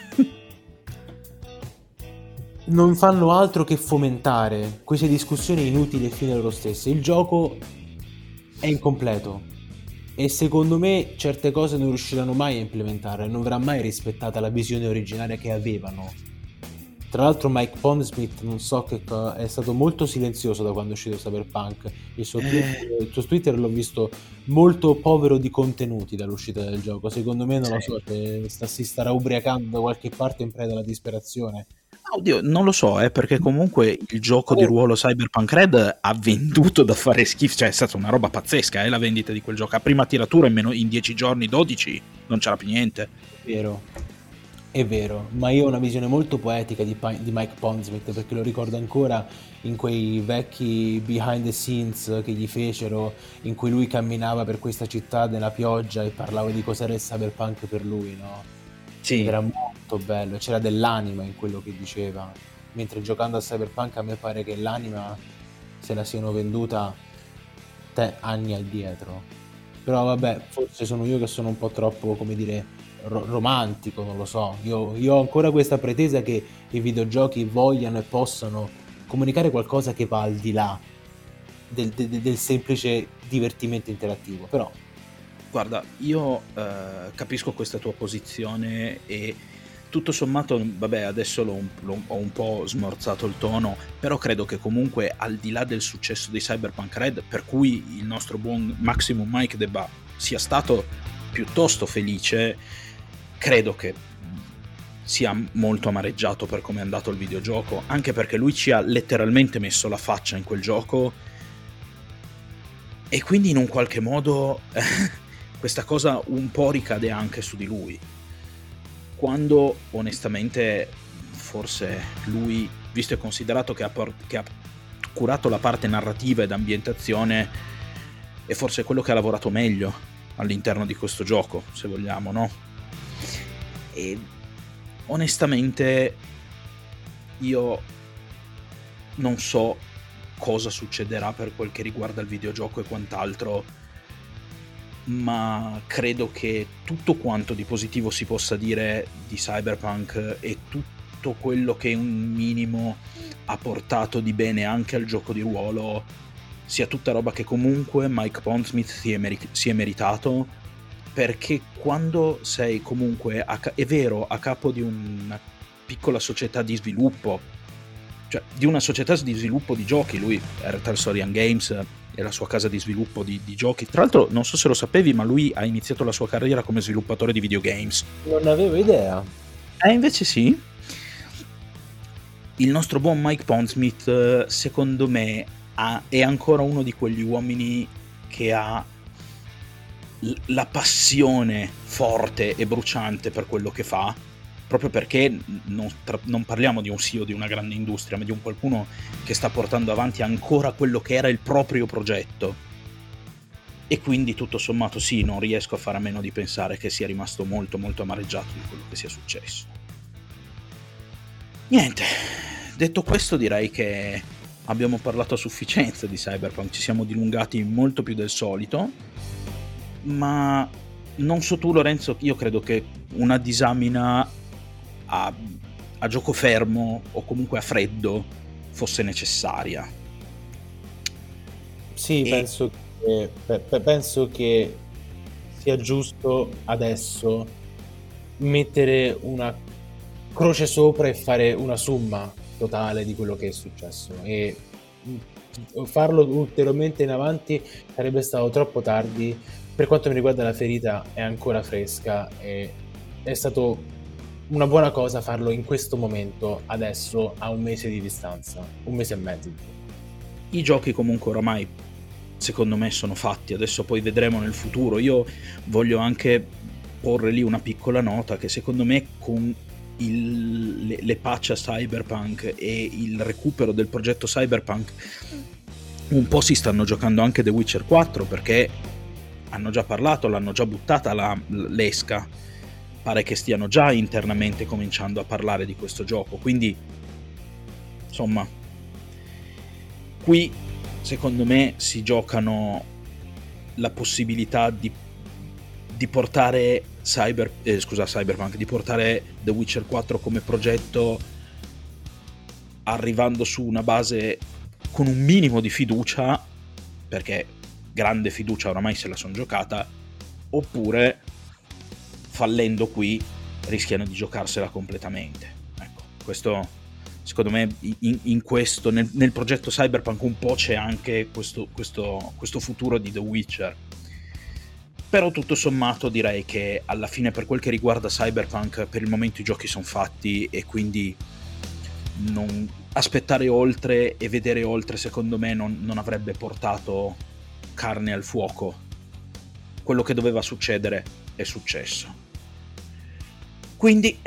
non fanno altro che fomentare queste discussioni inutili e fine a loro stesse. Il gioco è incompleto e secondo me certe cose non riusciranno mai a implementare, non verrà mai rispettata la visione originaria che avevano. Tra l'altro Mike Pondsmith non so che è stato molto silenzioso da quando è uscito Cyberpunk. Il suo Twitter l'ho visto molto povero di contenuti dall'uscita del gioco. Secondo me non lo so, si starà ubriacando da qualche parte in preda alla disperazione. Oddio, non lo so, perché comunque il gioco di ruolo Cyberpunk Red ha venduto da fare schifo, cioè è stata una roba pazzesca, la vendita di quel gioco. A prima tiratura in 10 giorni, 12, non c'era più niente. È vero, ma io ho una visione molto poetica di Mike Pondsmith, perché lo ricordo ancora in quei vecchi behind the scenes che gli fecero, in cui lui camminava per questa città nella pioggia e parlava di cos'era il Cyberpunk per lui, no? Sì. Era molto bello, c'era dell'anima in quello che diceva, mentre giocando a Cyberpunk a me pare che l'anima se la siano venduta anni addietro. Però vabbè, forse sono io che sono un po' troppo, come dire, romantico, non lo so. Io ho ancora questa pretesa che i videogiochi vogliano e possano comunicare qualcosa che va al di là del semplice divertimento interattivo, però guarda, io capisco questa tua posizione e tutto sommato, vabbè, adesso ho un po' smorzato il tono, però credo che comunque al di là del successo di Cyberpunk Red, per cui il nostro buon Maximum Mike sia stato piuttosto felice, credo che sia molto amareggiato per come è andato il videogioco, anche perché lui ci ha letteralmente messo la faccia in quel gioco e quindi in un qualche modo questa cosa un po' ricade anche su di lui, quando onestamente forse lui, visto e considerato che ha curato la parte narrativa ed ambientazione, è forse quello che ha lavorato meglio all'interno di questo gioco, se vogliamo, no? E onestamente io non so cosa succederà per quel che riguarda il videogioco e quant'altro, ma credo che tutto quanto di positivo si possa dire di Cyberpunk e tutto quello che un minimo ha portato di bene anche al gioco di ruolo sia tutta roba che comunque Mike Pondsmith si è meritato, perché quando sei comunque è vero a capo di una piccola società di sviluppo, cioè di una società di sviluppo di giochi, lui era Telsorian Games e la sua casa di sviluppo di giochi. Tra l'altro non so se lo sapevi, ma lui ha iniziato la sua carriera come sviluppatore di videogames. Non avevo idea. Invece sì. Il nostro buon Mike Pondsmith, secondo me, è ancora uno di quegli uomini che ha la passione forte e bruciante per quello che fa, proprio perché non parliamo di un CEO di una grande industria, ma di un qualcuno che sta portando avanti ancora quello che era il proprio progetto. E quindi tutto sommato sì, non riesco a fare a meno di pensare che sia rimasto molto molto amareggiato di quello che sia successo. Niente, detto questo direi che abbiamo parlato a sufficienza di Cyberpunk, ci siamo dilungati molto più del solito, ma non so tu Lorenzo, io credo che una disamina a gioco fermo o comunque a freddo fosse necessaria. Sì, E penso che sia giusto adesso mettere una croce sopra e fare una somma totale di quello che è successo, e farlo ulteriormente in avanti sarebbe stato troppo tardi. Per quanto mi riguarda, la ferita è ancora fresca e è stato una buona cosa farlo in questo momento, adesso, a 1 mese di distanza, 1 mese e mezzo. i giochi comunque oramai secondo me sono fatti, adesso poi vedremo nel futuro. Io voglio anche porre lì una piccola nota che secondo me con le patch a Cyberpunk e il recupero del progetto Cyberpunk un po' si stanno giocando anche The Witcher 4, perché hanno già parlato, l'hanno già buttata l'esca, pare che stiano già internamente cominciando a parlare di questo gioco, quindi insomma qui secondo me si giocano la possibilità di portare Cyberpunk, di portare The Witcher 4 come progetto arrivando su una base con un minimo di fiducia, perché grande fiducia oramai se la sono giocata, oppure fallendo qui rischiano di giocarsela completamente. Ecco, questo secondo me in questo nel progetto Cyberpunk un po' c'è anche questo futuro di The Witcher. Però tutto sommato direi che alla fine, per quel che riguarda Cyberpunk, per il momento i giochi sono fatti, e quindi non aspettare oltre e vedere oltre secondo me non avrebbe portato carne al fuoco. Quello che doveva succedere è successo. Quindi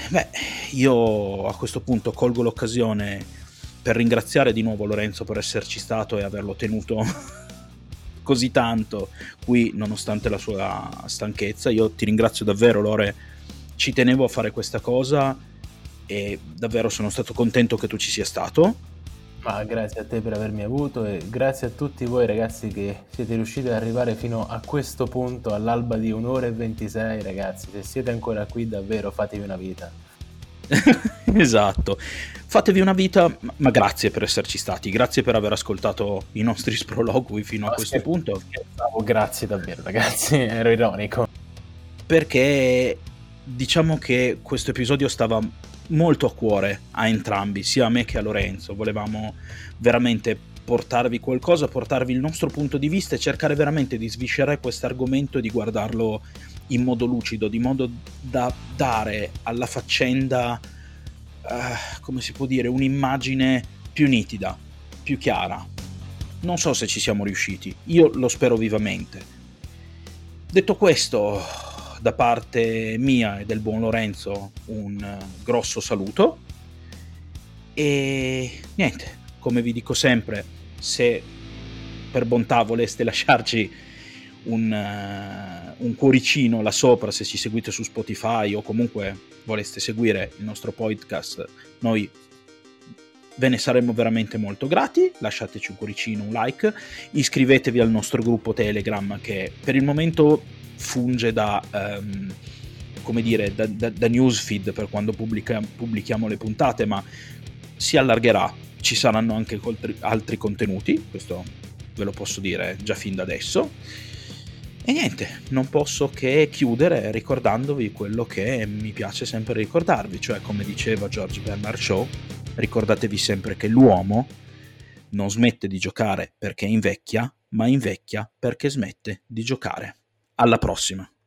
io a questo punto colgo l'occasione per ringraziare di nuovo Lorenzo per esserci stato e averlo tenuto così tanto qui nonostante la sua stanchezza. Io ti ringrazio davvero, Lore, ci tenevo a fare questa cosa e davvero sono stato contento che tu ci sia stato. Ma grazie a te per avermi avuto, e grazie a tutti voi ragazzi che siete riusciti ad arrivare fino a questo punto, all'alba di 1 ora e 26. Ragazzi, se siete ancora qui, davvero fatevi una vita. Esatto, fatevi una vita, ma grazie per esserci stati, grazie per aver ascoltato i nostri sprologui fino a questo punto. Grazie davvero ragazzi, ero ironico. Perché diciamo che questo episodio stava molto a cuore a entrambi, sia a me che a Lorenzo. Volevamo veramente portarvi qualcosa, portarvi il nostro punto di vista e cercare veramente di sviscerare questo argomento e di guardarlo in modo lucido, di modo da dare alla faccenda, come si può dire, un'immagine più nitida, più chiara. Non so se ci siamo riusciti, io lo spero vivamente. Detto questo, da parte mia e del buon Lorenzo un grosso saluto, e niente, come vi dico sempre, se per bontà voleste lasciarci un cuoricino là sopra, se ci seguite su Spotify o comunque voleste seguire il nostro podcast, noi ve ne saremmo veramente molto grati. Lasciateci un cuoricino, un like, iscrivetevi al nostro gruppo Telegram che per il momento funge da come dire da newsfeed per quando pubblichiamo le puntate, ma si allargherà, ci saranno anche altri contenuti, questo ve lo posso dire già fin da adesso. E niente, non posso che chiudere ricordandovi quello che mi piace sempre ricordarvi, cioè, come diceva George Bernard Shaw, ricordatevi sempre che l'uomo non smette di giocare perché invecchia, ma invecchia perché smette di giocare. Alla prossima!